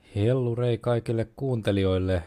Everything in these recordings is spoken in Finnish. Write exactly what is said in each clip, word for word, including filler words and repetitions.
Hellurei kaikille kuuntelijoille.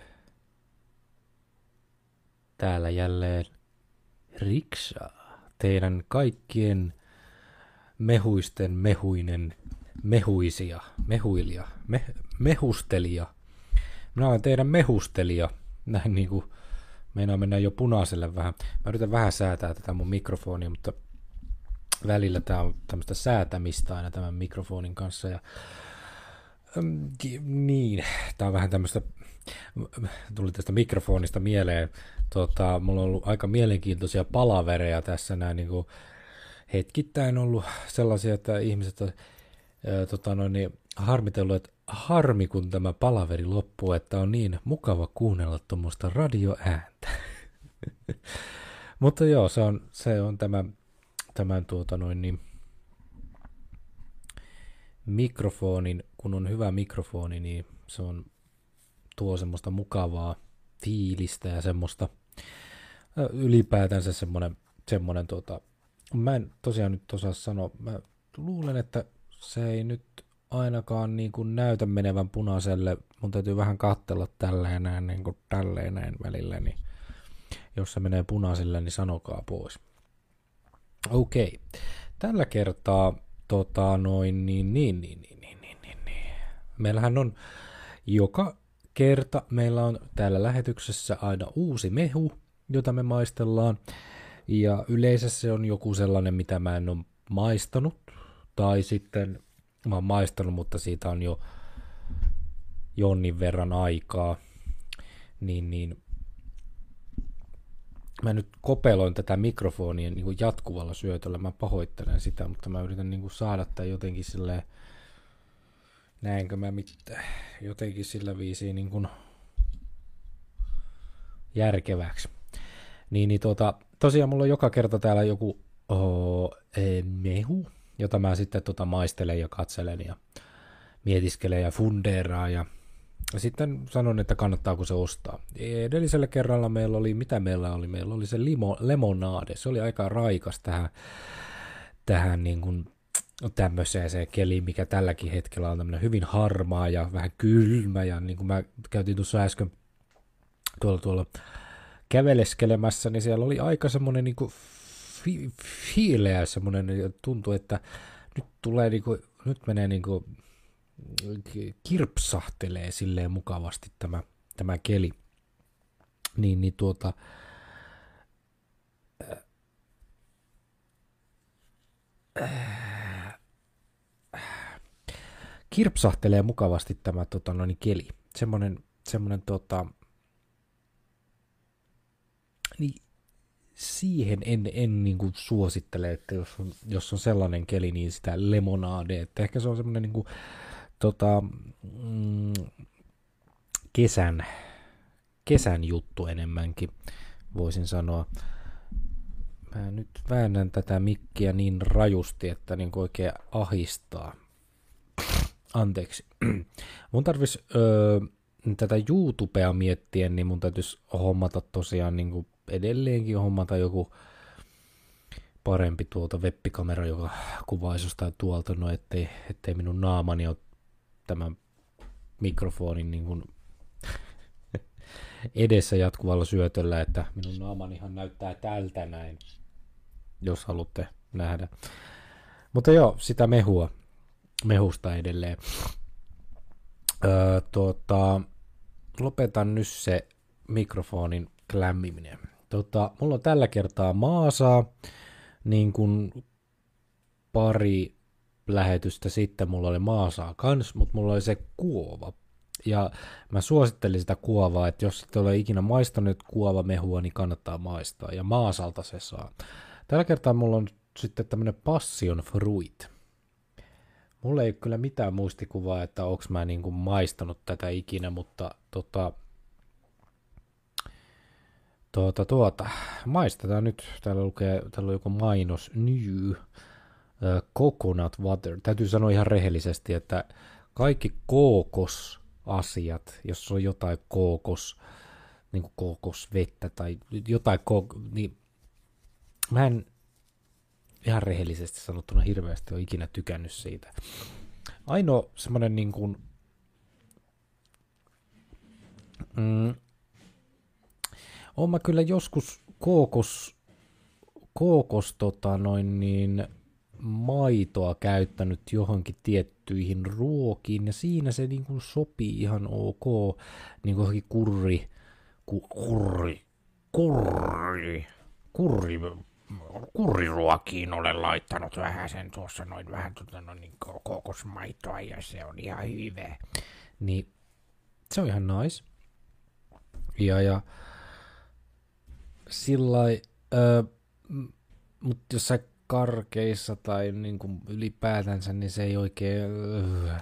Täällä jälleen Riksa, teidän kaikkien mehuisten mehuinen mehuisia, mehuilija, me, mehustelija. Minä olen teidän mehustelija. Näin niinku meinaa mennä jo punaiselle vähän. Mä yritän vähän säätää tätä mun mikrofonia, mutta välillä tää on tämmöistä säätämistä aina tämän mikrofonin kanssa. Ja, äm, niin, tää on vähän tämmöistä, tuli tästä mikrofonista mieleen. Tota, mulla on ollut aika mielenkiintoisia palavereja tässä näin niin kuin hetkittäin ollut sellaisia, että ihmiset on ää, tota noin, niin harmitellut, että harmi kun tämä palaveri loppuu, että on niin mukava kuunnella tuommoista radioääntä. Mutta joo, se on, se on tämä, tämän tuota noin niin, mikrofonin, kun on hyvä mikrofoni, niin se on, tuo semmoista mukavaa fiilistä ja semmoista ylipäätänsä semmoinen, semmoinen tota, mä en tosiaan nyt osaa sanoa, mä luulen, että se ei nyt ainakaan niin kuin näytä menevän punaiselle, mun täytyy vähän katsella tälleen näin, niin kuin tälleen näin välillä, niin jos se menee punaiselle, niin sanokaa pois. Okei, tällä kertaa tota noin niin niin niin niin niin niin niin niin. Meillähän on joka kerta meillä on täällä lähetyksessä aina uusi mehu, jota me maistellaan. Ja yleensä se on joku sellainen, mitä mä en ole maistanut. Tai sitten mä oon maistanut, mutta siitä on jo jonnin verran aikaa. Niin, niin mä nyt kopeloin tätä mikrofonia niin kuin jatkuvalla syötöllä. Mä pahoittelen sitä, mutta mä yritän niin kuin saada tämän jotenkin silleen, näinkö mä mitään, jotenkin sillä viisiin niin kuin järkeväksi. Niin, niin tuota, tosiaan mulla on joka kerta täällä joku oh, eh, mehu, jota mä sitten tota maistelen ja katselen ja mietiskelen ja fundeeraan ja sitten sanon, että kannattaako se ostaa. Edellisellä kerralla meillä oli, mitä meillä oli? Meillä oli se limo, lemonade. Se oli aika raikas tähän, tähän niin kuin tämmöiseen se keli, mikä tälläkin hetkellä on tämmöinen hyvin harmaa ja vähän kylmä. Ja niin kuin mä käytiin tuossa äsken tuolla, tuolla käveleskelemässä, niin siellä oli aika semmoinen niin kuin fi, fiileä semmoinen, tuntui, että nyt tulee niin kuin, nyt menee niin kuin kirpsahtelee silleen mukavasti tämä, tämä keli. Niin, niin tuota äh, kirpsahtelee mukavasti tämä tota, noin, keli. Semmoinen, semmoinen tota, niin siihen en, en niin kuin suosittele, että jos on, jos on sellainen keli, niin sitä lemonade, että ehkä se on semmoinen niin kuin, tota, mm, kesän, kesän juttu enemmänkin, voisin sanoa. Mä nyt väännän tätä mikkiä niin rajusti, että niin oikein ahistaa. Anteeksi. Mun tarvis öö, tätä YouTubea miettien, niin mun täytyisi hommata tosiaan niin kuin edelleenkin hommata joku parempi tuolta webbikamera, joka kuvaisi jostain tuolta, no ettei, ettei minun naamani ole tämän mikrofonin niin kuin edessä jatkuvalla syötöllä, että minun naamanihan näyttää tältä näin, jos haluatte nähdä. Mutta joo, sitä mehua, mehusta edelleen. Öö, tuota, lopetan nyt se mikrofonin klämmiminen. Tota, mulla on tällä kertaa maasaa, niin kuin pari lähetystä sitten mulla oli maasaa kans, mutta mulla oli se kuova. Ja mä suosittelin sitä kuovaa, että jos et ole ikinä maistanut kuovamehua, niin kannattaa maistaa. Ja maasalta se saa. Tällä kertaa mulla on sitten tämmönen passion fruit. Mulla ei ole kyllä mitään muistikuvaa, että onks mä niinku maistanut tätä ikinä, mutta tota, tuota, tuota, maistetaan nyt. Täällä lukee, täällä on joku mainos, new uh, coconut water. Täytyy sanoa ihan rehellisesti, että kaikki kookosasiat, jos on jotain kookos, niin kuin kookosvettä tai jotain kook, niin mä en ihan rehellisesti sanottuna hirveästi ole ikinä tykännyt siitä. Ainoa semmoinen niin kuin Mm, oon mä kyllä joskus kookos, kookos tota noin niin, maitoa käyttänyt johonkin tiettyihin ruokiin, ja siinä se niin kuin sopii ihan ok, niin kuin johonkin kurri, ku, kurri, kurri, kurri, kurriruokiin olen laittanut vähän sen tuossa noin vähän tota, no, niin kookosmaitoa, ja se on ihan hyvä. Niin se on ihan nice. Ja, ja sillai, öö, mutta jossain karkeissa tai niin kuin ylipäätänsä, niin se ei oikein... Öö,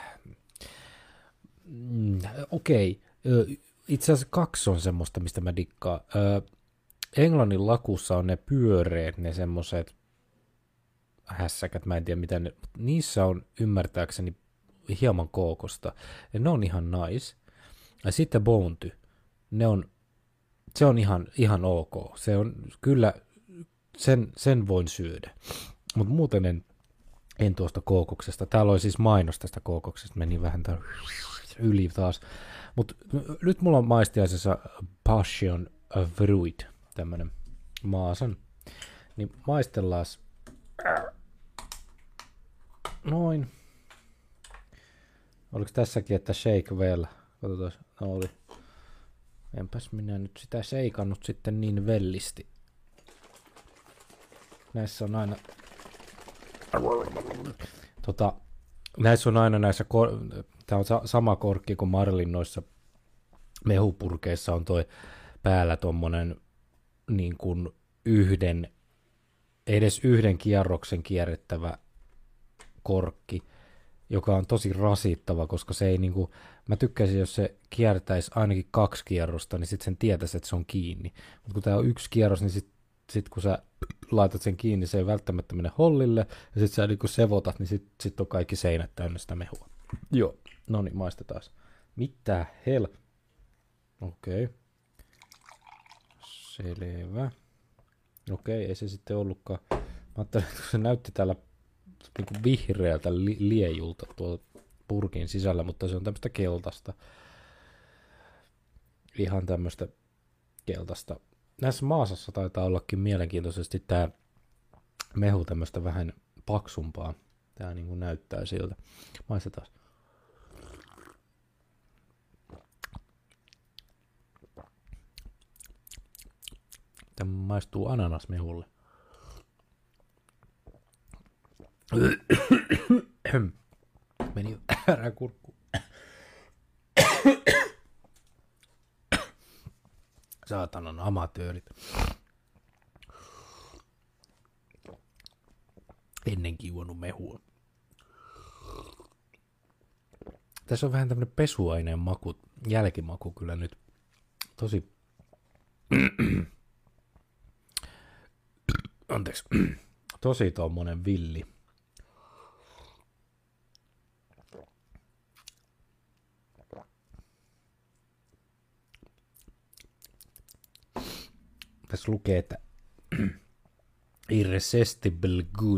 mm, okei, öö, itse asiassa kaksi on semmoista, mistä mä dikkaan. Öö, Englannin lakussa on ne pyöreät, ne semmoiset hässäkät, mä en tiedä mitä ne, mutta niissä on ymmärtääkseni hieman kookosta, ja ne on ihan nice. Ja sitten Bounty, ne on, se on ihan, ihan ok, se on kyllä, sen, sen voin syödä, mutta muuten en, en tuosta kookoksesta. Täällä oli siis mainos tästä kookoksesta, meni vähän tämän yli taas, mutta nyt mulla on maistiaisessa Passion Fruit, tämmönen maasan, niin maistellaan noin. Oliko tässäkin, että shake well? Katsotaan, no oli. Enpäs minä nyt sitä seikannut sitten niin vellisti. Näissä on aina... Tota, näissä on aina näissä... Kor... Tää on sa- sama korkki kuin Marlin noissa mehupurkeissa on toi päällä tommonen niin kuin yhden, edes yhden kierroksen kierrettävä korkki, joka on tosi rasittava, koska se ei niinku, mä tykkäisin, jos se kiertäisi ainakin kaksi kierrosta, niin sitten sen tietäisi, että se on kiinni. Mutta kun tää on yksi kierros, niin sitten sit kun sä laitat sen kiinni, se ei välttämättä mene hollille, ja sitten sä niinku sevotat, niin sitten sit on kaikki seinät täynnä sitä mehua. Joo, no niin, maistetaan. Mitä hel... Okei. Okay. Selvä. Okei, okay, ei se sitten ollutkaan. Mä ajattelin, että se näytti täällä niin kuin vihreältä li- liejulta tuolla purkin sisällä, mutta se on tämmöistä keltaista. Ihan tämmöistä keltaista. Näissä maasassa taitaa ollakin mielenkiintoisesti tää mehu tämmöistä vähän paksumpaa. Tää niin kuin näyttää siltä. Maistetaan. Tämä maistuu ananasmehulle. Meni väärään kurkkuun. Saatanan amatöörit. Ennenkin juonut mehua. Tässä on vähän tämmönen pesuaineen maku, jälkimaku kyllä nyt. Tosi... Anteeksi. Tosi tommonen villi. Tässä lukee, että irresistible good.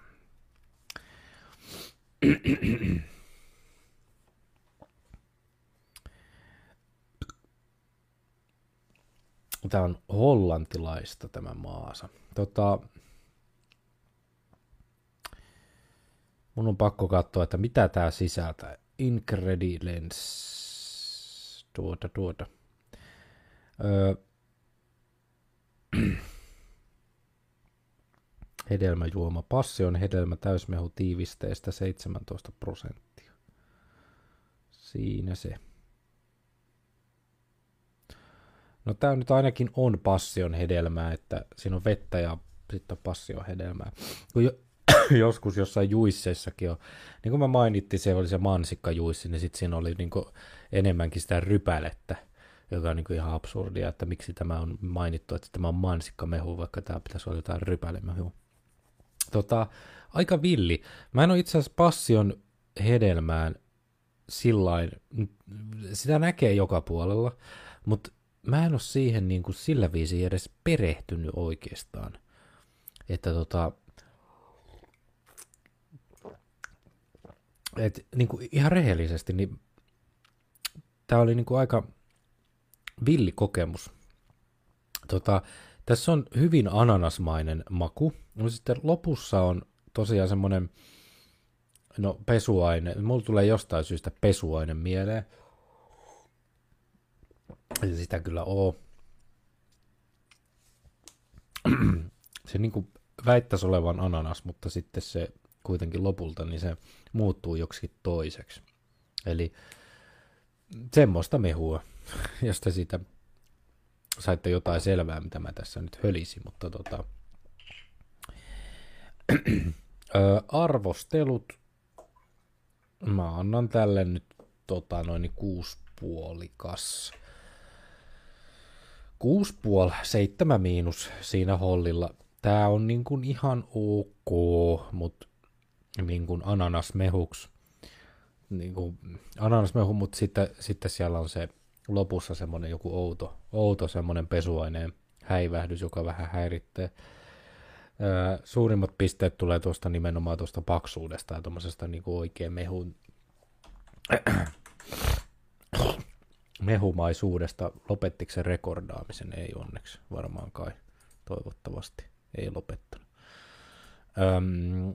Tämä on hollantilaista tämä maasa. Tota, mun on pakko katsoa, että mitä tää sisältää. Ingredients. Tuota, tuota. Öö, hedelmäjuoma. Passion hedelmä täysmehu tiivisteestä seitsemäntoista prosenttia. Siinä se. No tää nyt ainakin on passion hedelmää, että siinä on vettä ja sitten on passion hedelmää. Kun jo, joskus jossain juisseissakin on, niin kuin mä mainittiin, se oli se mansikkajuissi, niin sitten siinä oli niin kuin enemmänkin sitä rypälettä, joka on niin kuin ihan absurdia, että miksi tämä on mainittu, että tämä on mansikkamehu, vaikka tämä pitäisi olla jotain rypälemehu. Tota, aika villi. Mä en ole itse asiassa passion hedelmään sillain, sitä näkee joka puolella, mutta mä en ole siihen niin kuin sillä viisiin edes perehtynyt oikeastaan. Että tota, et, niin kuin ihan rehellisesti, niin tää oli niin kuin aika, villikokemus. Tota, tässä on hyvin ananasmainen maku. No sitten lopussa on tosiaan semmoinen, no pesuaine. Mulla tulee jostain syystä pesuaine mieleen. Ei sitä kyllä oo. Se niin kuin väittäisi olevan ananas, mutta sitten se kuitenkin lopulta, niin se muuttuu joksikin toiseksi. Eli semmoista mehua, josta siitä saitte jotain selvää, mitä mä tässä nyt hölisin, mutta tota, ö, arvostelut, mä annan tälle nyt tota, noin kuusi puolikas. Kuusi puoli, seitsemän miinus siinä hollilla. Tää on niin kuin ihan ok, mutta niin kuin ananasmehuksi. Niin kuin ananasmehu, mutta sitten, sitten siellä on se lopussa semmoinen joku outo, outo semmoinen pesuaineen häivähdys, joka vähän häiritsee. Öö, suurimmat pisteet tulee tuosta nimenomaan tuosta paksuudesta ja tuommoisesta niin kuin oikein mehun mehumaisuudesta. Lopettiko se rekordaamisen? Ei onneksi, varmaan kai. Toivottavasti ei lopettanut. Öm,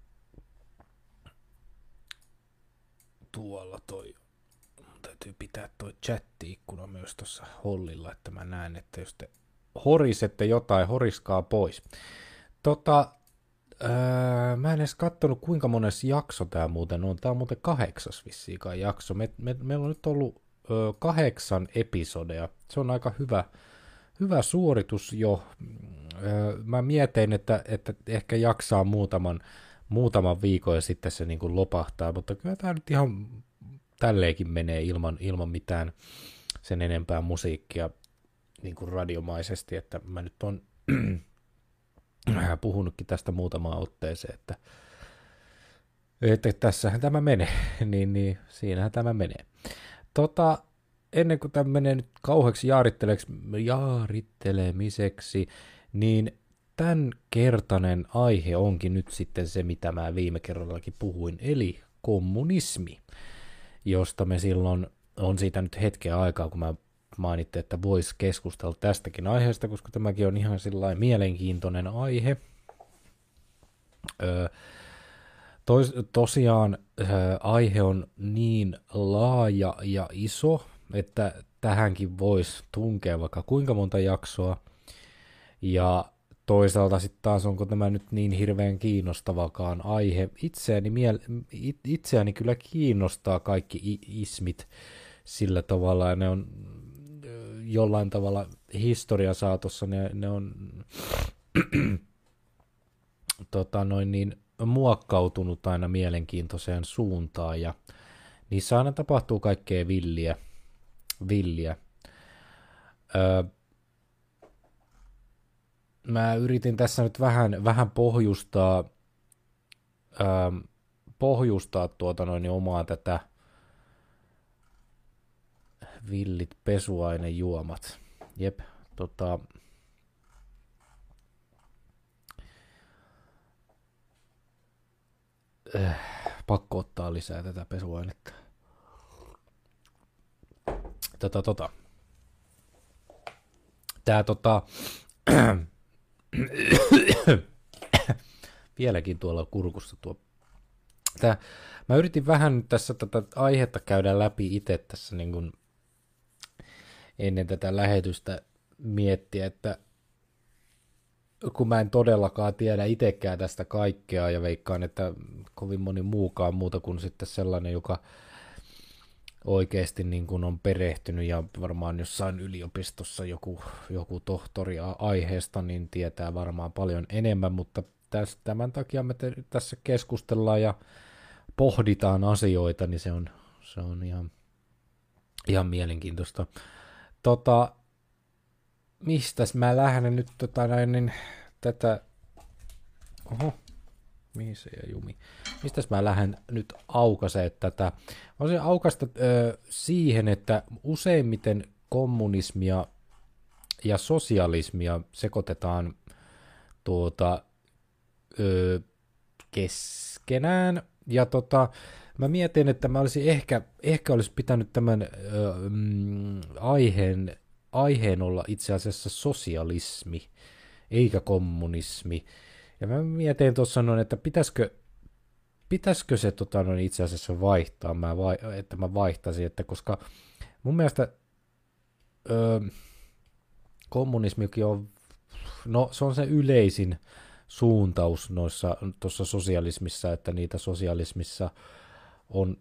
tuolla toi, mun täytyy pitää toi chatti-ikkuna myös tuossa hollilla, että mä näen, että jos te horisette jotain, horiskaa pois. Tota, öö, mä en edes kattonut, kuinka mones jakso tää muuten on. Tää on muuten kahdeksas vissiinkaan jakso. Me, me, meillä on nyt ollut öö, kahdeksan episodeja. Se on aika hyvä, hyvä suoritus jo. Öö, mä mietin, että, että ehkä jaksaa muutaman, muutaman viikon ja sitten se niin kuin lopahtaa, mutta kyllä tää nyt ihan tälleenkin menee ilman, ilman mitään sen enempää musiikkia niin kuin radiomaisesti, että mä nyt on puhunutkin tästä muutamaan otteeseen, että, että tässähän tämä menee, niin, niin siinähän tämä menee. Tota, ennen kuin tämä menee nyt kauheaksi jaarittelemiseksi, niin tämän kertainen aihe onkin nyt sitten se, mitä mä viime kerrallakin puhuin, eli kommunismi, josta me silloin, on siitä nyt hetken aikaa, kun mä mainitte, että voisi keskustella tästäkin aiheesta, koska tämäkin on ihan sillain mielenkiintoinen aihe. Öö, tos, tosiaan öö, aihe on niin laaja ja iso, että tähänkin voisi tunkea vaikka kuinka monta jaksoa. Ja toisaalta sitten taas onko tämä nyt niin hirveän kiinnostavakaan aihe. Itseäni, miel- itseäni kyllä kiinnostaa kaikki ismit sillä tavalla, ja ne on jollain tavalla historian saatossa ne, ne on tota noin niin, muokkautunut aina mielenkiintoiseen suuntaan, ja niissä aina tapahtuu kaikkea villiä. villiä. Öö, mä yritin tässä nyt vähän, vähän pohjustaa, öö, pohjustaa tuota noin omaa tätä villit pesuainejuomat. Jep, tota... Äh, pakko ottaa lisää tätä pesuainetta. Tota, tota. Tää tota... Vieläkin tuolla kurkussa tuo... Tää... Mä yritin vähän nyt tässä tätä aihetta käydä läpi itse tässä niin kuin ennen tätä lähetystä miettiä, että kun mä en todellakaan tiedä itsekään tästä kaikkea ja veikkaan, että kovin moni muukaan muuta kuin sitten sellainen, joka oikeasti niin kuin on perehtynyt ja varmaan jossain yliopistossa joku, joku tohtori aiheesta, niin tietää varmaan paljon enemmän, mutta täs, tämän takia me te, tässä keskustellaan ja pohditaan asioita, niin se on, se on ihan, ihan mielenkiintoista. Tota, mistäs mä lähden nyt tota näin, niin tätä, oho, mihin se ja jumi, mistäs mä lähden nyt aukasee tätä, on se aukasta ö, siihen, että useimmiten kommunismia ja sosialismia sekoitetaan tuota ö, keskenään, ja tota, mä mietin, että mä olisin ehkä, ehkä olisi pitänyt tämän ö, mm, aiheen aiheen olla itse asiassa sosialismi, eikä kommunismi. Ja mä mietin tuossa noin, että pitäisikö, pitäisikö se tota, noin itse asiassa vaihtaa, mä vai, että mä vaihtaisin, että koska mun mielestä öö, kommunismikin on, no se on se yleisin suuntaus noissa tuossa sosialismissa, että niitä sosialismissa on,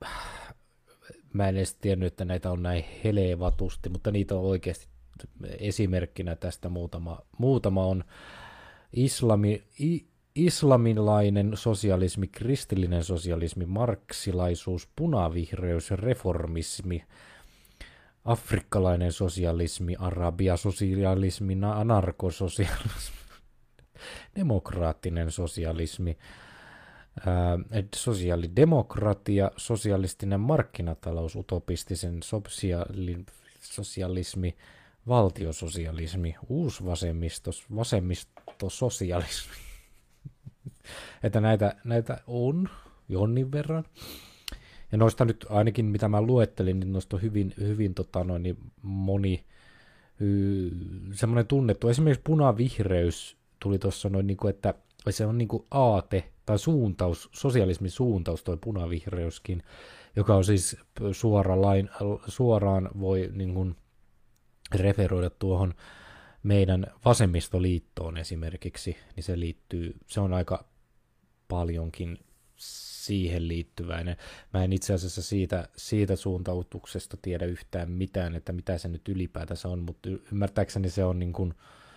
mä en edes tiennyt, että näitä on näin helevatusti, mutta niitä on oikeasti esimerkkinä tästä muutama, muutama on islami, i, islamilainen sosialismi, kristillinen sosialismi, marksilaisuus, punavihreys, reformismi, afrikkalainen sosialismi, arabiasosialismi, anarkososialismi, demokraattinen sosialismi, ää, sosiaalidemokratia, sosialistinen markkinatalous, utopistisen sosiaali, sosialismi, valtiososialismi, uusvasemmisto, vasemmistososialismi. Että näitä, näitä on jonnin verran. Ja noista nyt ainakin, mitä mä luettelin, niin noista on hyvin, hyvin tota noin, niin moni semmoinen tunnettu. Esimerkiksi punavihreys tuli tuossa noin, niin kuin, että se on niin kuin aate tai suuntaus, sosialismin suuntaus toi punavihreyskin, joka on siis suora lain, suoraan voi niin kuin referoida tuohon meidän vasemmistoliittoon esimerkiksi, niin se liittyy, se on aika paljonkin siihen liittyväinen. Mä en itse asiassa siitä, siitä suuntautuksesta tiedä yhtään mitään, että mitä se nyt ylipäätänsä on, mutta ymmärtääkseni se on niin kuin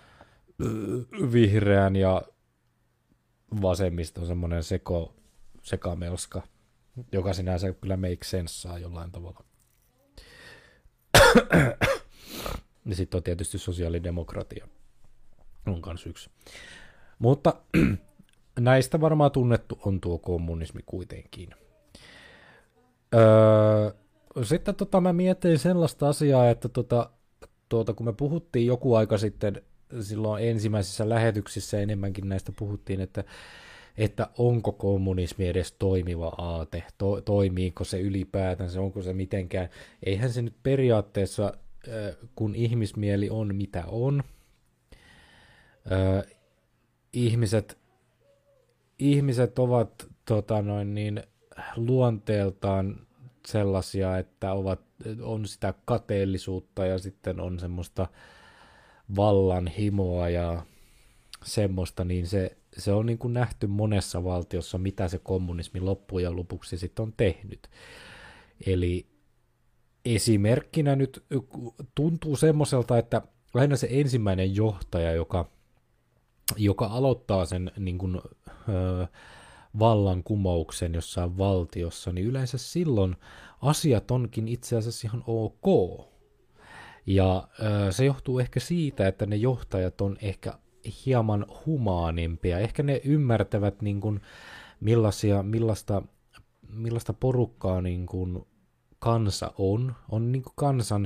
vihreän ja vasemmiston semmoinen seko, sekamelska, joka sinänsä kyllä make senssaa jollain tavalla. Ja sitten on tietysti sosiaalidemokratia. On kans yksi. Mutta näistä varmaan tunnettu on tuo kommunismi kuitenkin. Öö, sitten tota, mä mietin sellaista asiaa, että tota, tuota, kun me puhuttiin joku aika sitten, silloin ensimmäisissä lähetyksissä enemmänkin näistä puhuttiin, että, että onko kommunismi edes toimiva aate, to, toimiiko se ylipäätänsä, onko se mitenkään. Eihän se nyt periaatteessa, kun ihmismieli on mitä on, öö, ihmiset, ihmiset ovat tota noin niin, luonteeltaan sellaisia, että ovat, on sitä kateellisuutta ja sitten on semmoista vallan himoa ja semmoista, niin se, se on niin kuin nähty monessa valtiossa, mitä se kommunismi loppujen lopuksi sitten on tehnyt. Eli esimerkkinä nyt tuntuu semmoiselta, että aina se ensimmäinen johtaja, joka, joka aloittaa sen niin kuin, ö, vallankumouksen jossain valtiossa, niin yleensä silloin asiat onkin itse asiassa ihan ok. Ja ö, se johtuu ehkä siitä, että ne johtajat on ehkä hieman humaanimpia. Ehkä ne ymmärtävät, niin kuin, millaisia, millaista, millaista porukkaa niin kuin, kansa on. On niin kuin kansan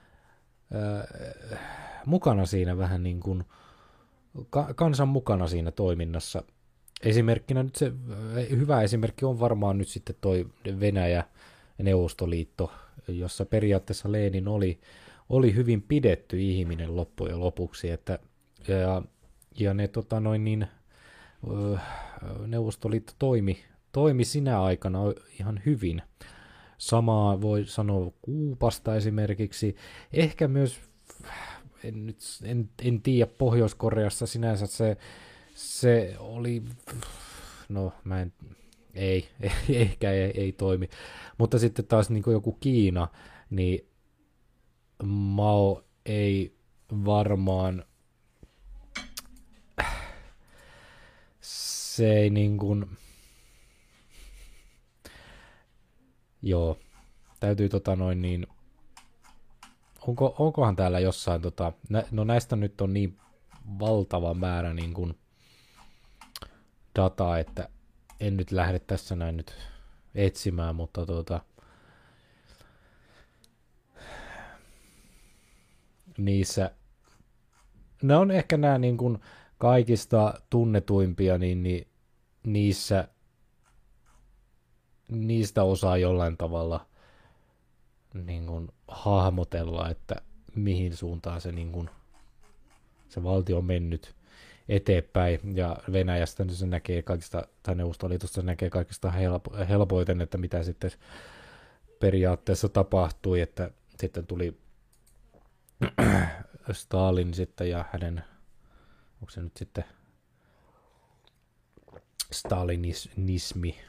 ö, mukana siinä vähän niin kuin, ka, kansan mukana siinä toiminnassa. Esimerkkinä nyt se hyvä esimerkki on varmaan nyt sitten toi Venäjä Neuvostoliitto, jossa periaatteessa Lenin oli, oli hyvin pidetty ihminen loppujen lopuksi, että ja, ja ne tota noin niin, Neuvostoliitto toimi, toimi sinä aikana ihan hyvin. Samaa voi sanoa Kuupasta esimerkiksi, ehkä myös, en, nyt, en, en tiedä, Pohjois-Koreassa sinänsä se, se oli, no mä en, ei, ehkä ei, ei toimi, mutta sitten taas niin kuin joku Kiina, niin Mao ei varmaan, se ei niin kuin, joo, täytyy tota noin niin, onko, onkohan täällä jossain, tota, no näistä nyt on niin valtava määrä niin kuin dataa, että en nyt lähde tässä näin nyt etsimään, mutta tota, niissä, ne on ehkä nämä niin kuin kaikista tunnetuimpia, niin, niin niissä, niistä osaa jollain tavalla niin kuin hahmotella, että mihin suuntaan se, niin kuin, se valtio on mennyt eteenpäin, ja Venäjästä se näkee kaikista, tai Neuvostoliitosta se näkee kaikista helpo, helpoiten, että mitä sitten periaatteessa tapahtui, että sitten tuli Stalin sitten ja hänen, onko se nyt sitten stalinismi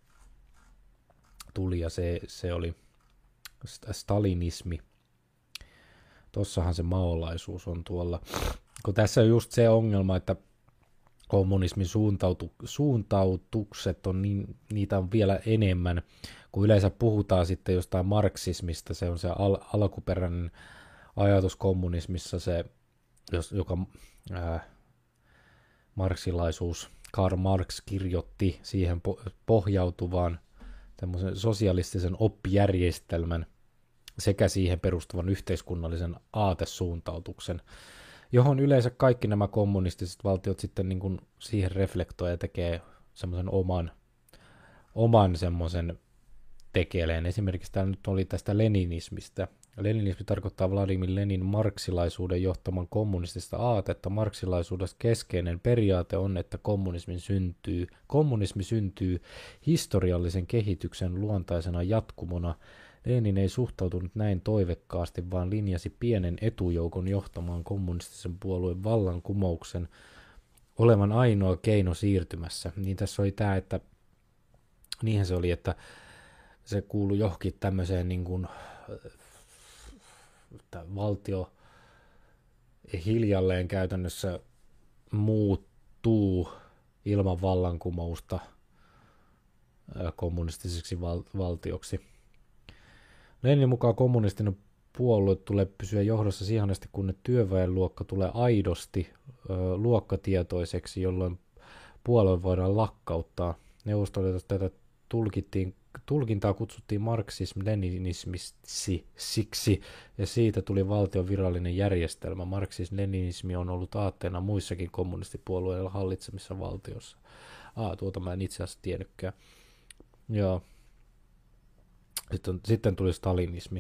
tuli, ja se, se oli stalinismi. Tossahan se maolaisuus on tuolla. Kun tässä on just se ongelma, että kommunismin suuntautu, suuntautukset on niin, niitä on vielä enemmän, kun yleensä puhutaan sitten jostain marksismista, se on se al, alkuperäinen ajatus kommunismissa, se, jos, joka ää, marksilaisuus, Karl Marx kirjoitti siihen pohjautuvaan tämmöisen sosialistisen oppijärjestelmän sekä siihen perustuvan yhteiskunnallisen aatesuuntautuksen, johon yleensä kaikki nämä kommunistiset valtiot sitten niin kuin siihen reflektoi ja tekee semmoisen oman, oman semmoisen tekeleen. Esimerkiksi täällä nyt oli tästä leninismistä. Leninismi tarkoittaa Vladimir Lenin marksilaisuuden johtaman kommunistista aatetta. Marksilaisuudessa keskeinen periaate on, että kommunismi syntyy, kommunismi syntyy historiallisen kehityksen luontaisena jatkumona. Lenin ei suhtautunut näin toivekkaasti, vaan linjasi pienen etujoukon johtamaan kommunistisen puolueen vallankumouksen olevan ainoa keino siirtymässä. Niin tässä oli tämä, että niinhän se oli, että se kuului johonkin tämmöiseen niin kuin, että valtio hiljalleen käytännössä muuttuu ilman vallankumousta kommunistiseksi val- valtioksi. Lenin mukaan kommunistinen puolue tulee pysyä johdossa siihen asti, kun työväenluokka tulee aidosti ö, luokkatietoiseksi, jolloin puolue voidaan lakkauttaa. Neuvostoliitossa tätä tulkittiin, tulkintaa kutsuttiin marksism-leninismiksi, siksi, ja siitä tuli valtion virallinen järjestelmä. Marksism-leninismi on ollut aatteena muissakin kommunistipuolueilla hallitsemissa valtiossa. Aa, tuota mä en itse asiassa tiennytkään. Joo. Sitten, sitten tuli stalinismi.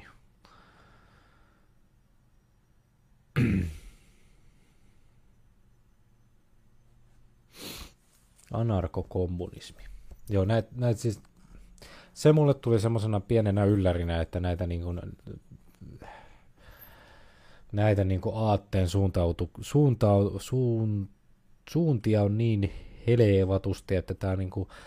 Anarkokommunismi. Joo, näitä näit siis, se mulle tuli semmoisena pienenä yllärinä, että näitä niin kuin, näitä niin kuin aatteen suuntautu, suuntau, suun, suuntia on niin helevatusti, että tämä niin kuin,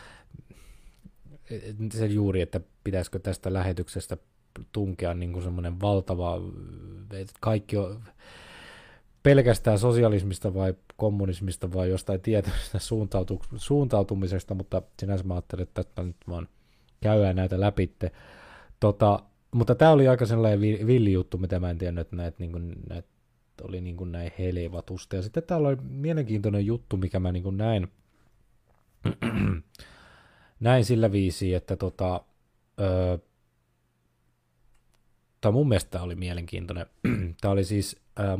se juuri, että pitäisikö tästä lähetyksestä tunkea niin kuin semmoinen valtava, että kaikki on pelkästään sosialismista vai kommunismista vai jostain tietystä suuntautu- suuntautumisesta, mutta sinänsä mä ajattelin, että tästä nyt vaan käydään näitä läpitte. Tota, mutta tämä oli aika sellainen villi juttu, mitä mä en tiennyt, että näitä, niin kuin, näitä oli niin kuin näin helevatusta. Ja sitten täällä oli mielenkiintoinen juttu, mikä mä niin kuin näin, näin sillä viisiin, että tota, öö, tämä mun mielestä tämä oli mielenkiintoinen. Tämä oli siis äh,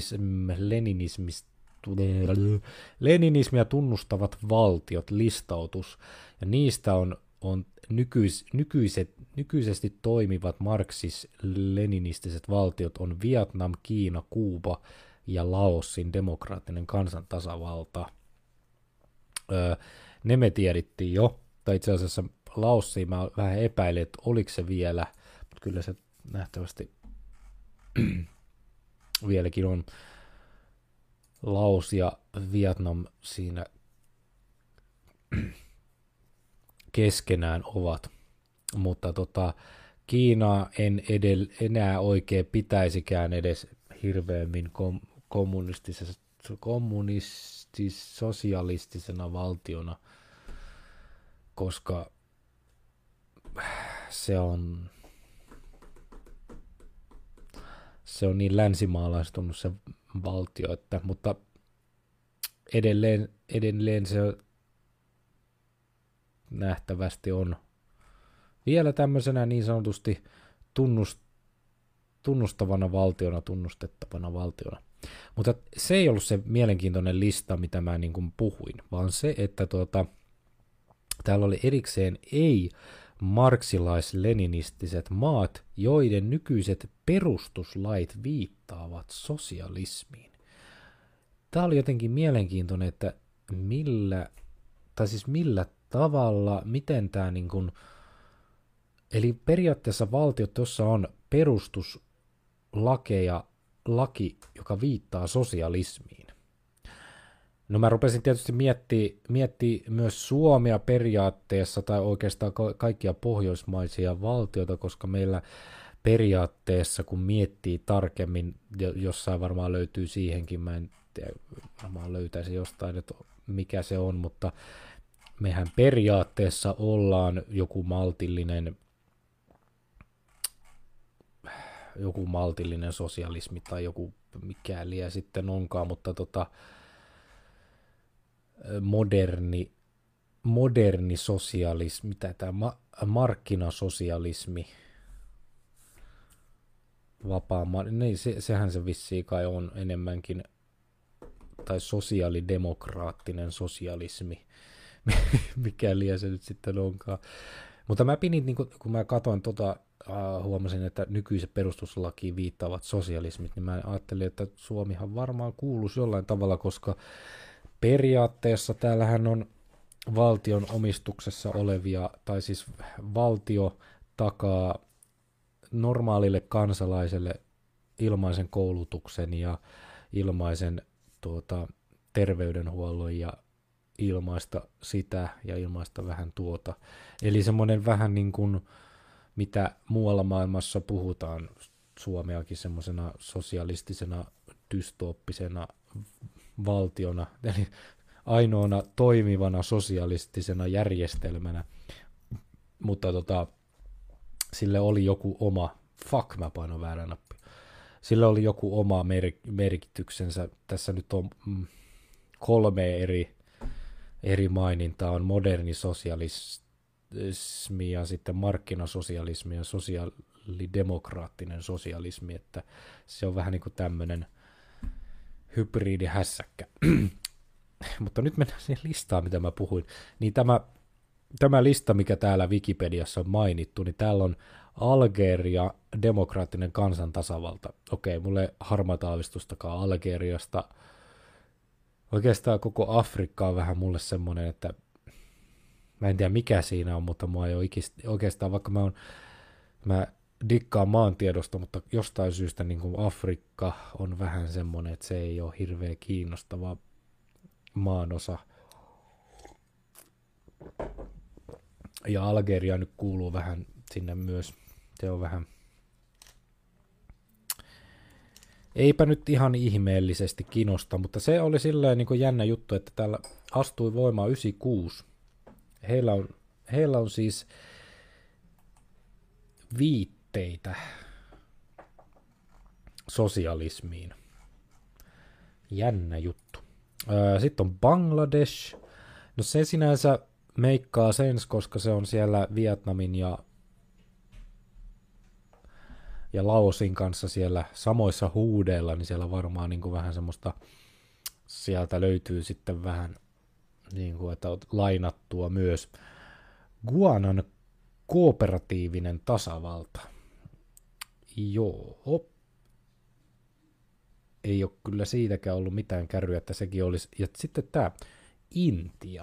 marksism-leninismia tunnustavat valtiot listautus, ja niistä on, on nykyis, nykyiset, nykyisesti toimivat marksis-leninistiset valtiot on Vietnam, Kiina, Kuuba ja Laosin demokraattinen kansantasavalta. Öö, ne me tiedittiin jo, tai itse asiassa Laossiin mä vähän epäilin, että oliko se vielä, mutta kyllä se nähtävästi vieläkin on. Laos ja Vietnam siinä keskenään ovat, mutta tota, Kiinaa en edel, enää oikein pitäisikään edes hirveämmin kom, kommunistisessa, kommunistis-sosialistisena valtiona, koska se on se on niin länsimaalaistunut se valtio, että, mutta edelleen, edelleen se nähtävästi on vielä tämmöisenä niin sanotusti tunnust, tunnustavana valtiona, tunnustettavana valtiona. Mutta se ei ollut se mielenkiintoinen lista, mitä mä niin kuin puhuin, vaan se, että tuota, täällä oli erikseen ei marksilais-leninistiset maat, joiden nykyiset perustuslait viittaavat sosialismiin. Tämä oli jotenkin mielenkiintoinen, että millä, tai siis millä tavalla, miten tämä niin kuin, eli periaatteessa valtiot, jossa on perustuslakeja, laki, joka viittaa sosialismiin. No mä rupesin tietysti miettimään miettiä myös Suomea periaatteessa, tai oikeastaan kaikkia pohjoismaisia valtioita, koska meillä periaatteessa, kun miettii tarkemmin, jossain varmaan löytyy siihenkin, mä en tiedä, varmaan löytäisi jostain, että mikä se on, mutta mehän periaatteessa ollaan joku maltillinen joku maltillinen sosialismi tai joku mikä liian sitten onkaan, mutta tota, moderni, moderni sosialismi, mitä tämä ma- markkinasosialismi, vapaa, niin se, sehän se vissiin kai on enemmänkin, tai sosiaalidemokraattinen sosialismi, mikä liian se nyt sitten onkaan. Mutta mä pinin, niin kun mä katsoin tota, huomasin, että nykyiset perustuslakiin viittaavat sosialismit, niin mä ajattelin, että Suomihan varmaan kuuluisi jollain tavalla, koska periaatteessa täällähän on valtion omistuksessa olevia, tai siis valtio takaa normaalille kansalaiselle ilmaisen koulutuksen ja ilmaisen tuota, terveydenhuollon ja ilmaista sitä ja ilmaista vähän tuota. Eli semmoinen vähän niin kuin mitä muualla maailmassa puhutaan Suomeakin semmoisena sosialistisena, dystooppisena valtiona, eli ainoana toimivana sosialistisena järjestelmänä, mutta tota, sille oli joku oma, fuck mä painoin väärä nappi, sille oli joku oma mer- merkityksensä, tässä nyt on mm, kolme eri, eri mainintaa, on moderni sosialismi, ja sitten markkinasosialismi ja sosiaalidemokraattinen sosialismi, että se on vähän niin kuin tämmöinen hybridihässäkkä. Mutta nyt mennään siihen listaan, mitä mä puhuin. Niin tämä, tämä lista, mikä täällä Wikipediassa on mainittu, niin täällä on Algeria, demokraattinen kansantasavalta. Okei, mulle ei harmaata aavistustakaan Algeriasta. Oikeastaan koko Afrikka on vähän mulle semmoinen, että mä en tiedä mikä siinä on, mutta mua ei ole ikistä, oikeastaan, vaikka mä, on, mä dikkaan maantiedosta, mutta jostain syystä niin kuin Afrikka on vähän semmoinen, että se ei ole hirveän kiinnostava maanosa. Ja Algeria nyt kuuluu vähän sinne myös, se on vähän, eipä nyt ihan ihmeellisesti kiinnosta, mutta se oli silleen niin kuin jännä juttu, että täällä astui voimaan yhdeksänkymmentäkuusi. Heillä on, heillä on siis viitteitä sosialismiin. Jännä juttu. Sitten on Bangladesh. No se sinänsä meikkaa sens, koska se on siellä Vietnamin ja, ja Laosin kanssa siellä samoissa huudeilla, niin siellä varmaan niin kuin vähän semmoista, sieltä löytyy sitten vähän niin kuin, että on lainattua myös. Guanan kooperatiivinen tasavalta. Joo. Ei ole kyllä siitäkään ollut mitään kärryä, että sekin olisi. Ja sitten tämä Intia.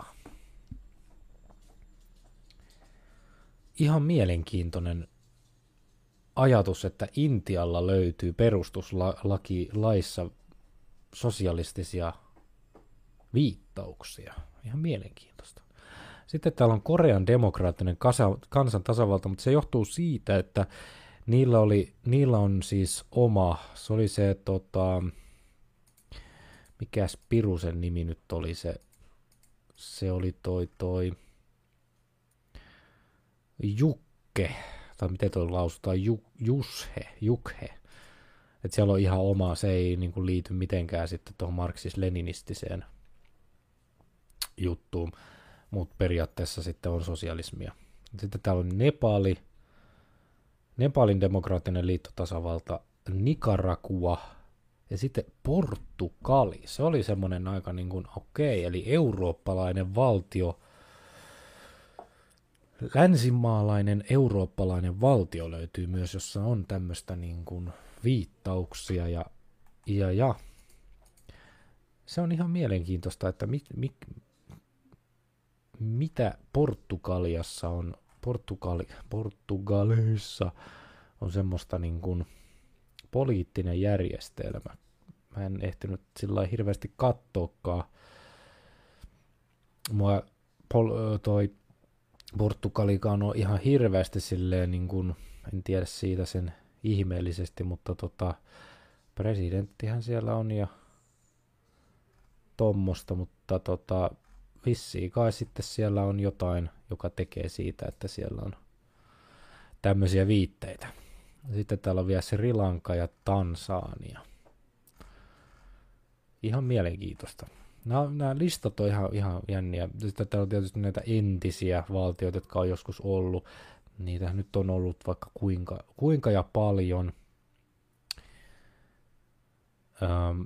Ihan mielenkiintoinen ajatus, että Intialla löytyy perustuslaissa sosialistisia viittauksia. Ihan mielenkiintoista. Sitten täällä on Korean demokraattinen kansan tasavalta, mutta se johtuu siitä, että niillä, oli, niillä on siis oma, se oli se, tota, mikäs Pirusen nimi nyt oli se, se oli toi toi Jukke, tai miten toi lausutaan, Ju, Jushe, Jukhe. Että siellä on ihan oma, se ei niin kuin liity mitenkään sitten tuohon marksis-leninistiseen juttuun, mutta periaatteessa sitten on sosialismia. Sitten täällä on Nepali, Nepalin demokraattinen liittotasavalta, Nicaragua ja sitten Portugali. Se oli semmoinen aika niin kuin okei, eli eurooppalainen valtio, länsimaalainen eurooppalainen valtio löytyy myös, jossa on tämmöistä niin kuin viittauksia ja, ja, ja se on ihan mielenkiintoista, että mit, mit, mitä Portugaliassa on, Portugali, Portugalissa on semmoista niin kuin poliittinen järjestelmä. Mä en ehtinyt sillä lailla hirveästi katsoakaan. Mua pol, toi Portugalikaan on ihan hirveästi silleen, niin kuin, en tiedä siitä sen ihmeellisesti, mutta tota, presidenttihän siellä on ja tommosta, mutta tota, vissiin kai sitten siellä on jotain, joka tekee siitä, että siellä on tämmöisiä viitteitä. Sitten täällä on vielä Sri Lanka ja Tansania. Ihan mielenkiintoista. Nämä, nämä listat on ihan, ihan jänniä. Sitten täällä on tietysti näitä entisiä valtioita, jotka on joskus ollut. Niitä nyt on ollut vaikka kuinka, kuinka ja paljon. Ähm.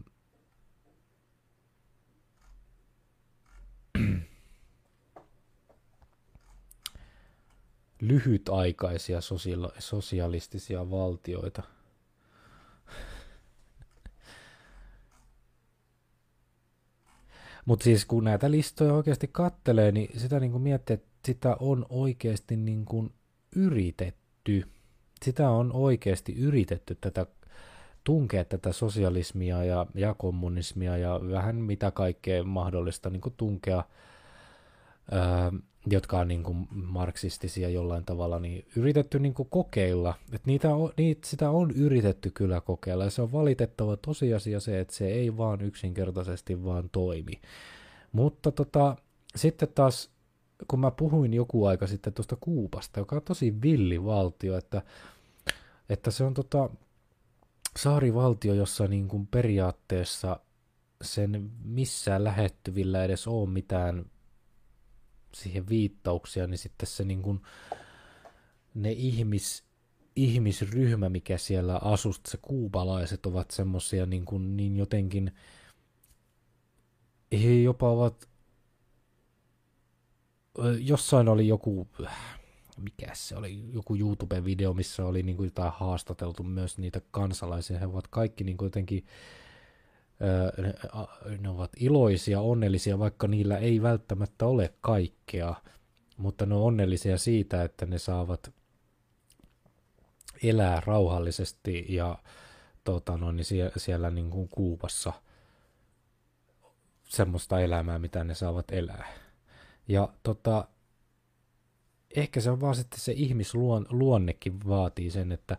Lyhytaikaisia sosiaali- sosialistisia valtioita. Mutta siis kun näitä listoja oikeasti kattelee, niin sitä niin kuin miettii, että sitä on oikeasti niin kuin yritetty. Sitä on oikeasti yritetty tätä tunkea tätä sosialismia ja, ja kommunismia ja vähän mitä kaikkea mahdollista niin kuin tunkea, ää, jotka on niin kuin marksistisia jollain tavalla, niin yritetty niin kuin kokeilla. Et niitä on, niitä, sitä on yritetty kyllä kokeilla ja se on valitettava tosiasia se, että se ei vaan yksinkertaisesti vaan toimi. Mutta tota, sitten taas, kun mä puhuin joku aika sitten tuosta Kuubasta, joka on tosi villi valtio, että, että se on tota, saarivaltio, jossa niin kuin periaatteessa sen missään lähettyvillä edes ole mitään siihen viittauksia, niin sitten se niin kuin, ne ihmis, ihmisryhmä, mikä siellä asuu, se kuubalaiset ovat semmoisia niin kuin niin jotenkin, he jopa ovat, jossain oli joku, mikä se oli, joku YouTube-video, missä oli niin kuin jotain haastateltu myös niitä kansalaisia, he ovat kaikki niin kuin jotenkin, ne, ne ovat iloisia, onnellisia, vaikka niillä ei välttämättä ole kaikkea, mutta ne on onnellisia siitä, että ne saavat elää rauhallisesti ja tota noin, niin siellä, siellä niin kuin Kuubassa semmoista elämää, mitä ne saavat elää. Ja tota, ehkä se on vaan sitten se ihmisluonnekin vaatii sen, että,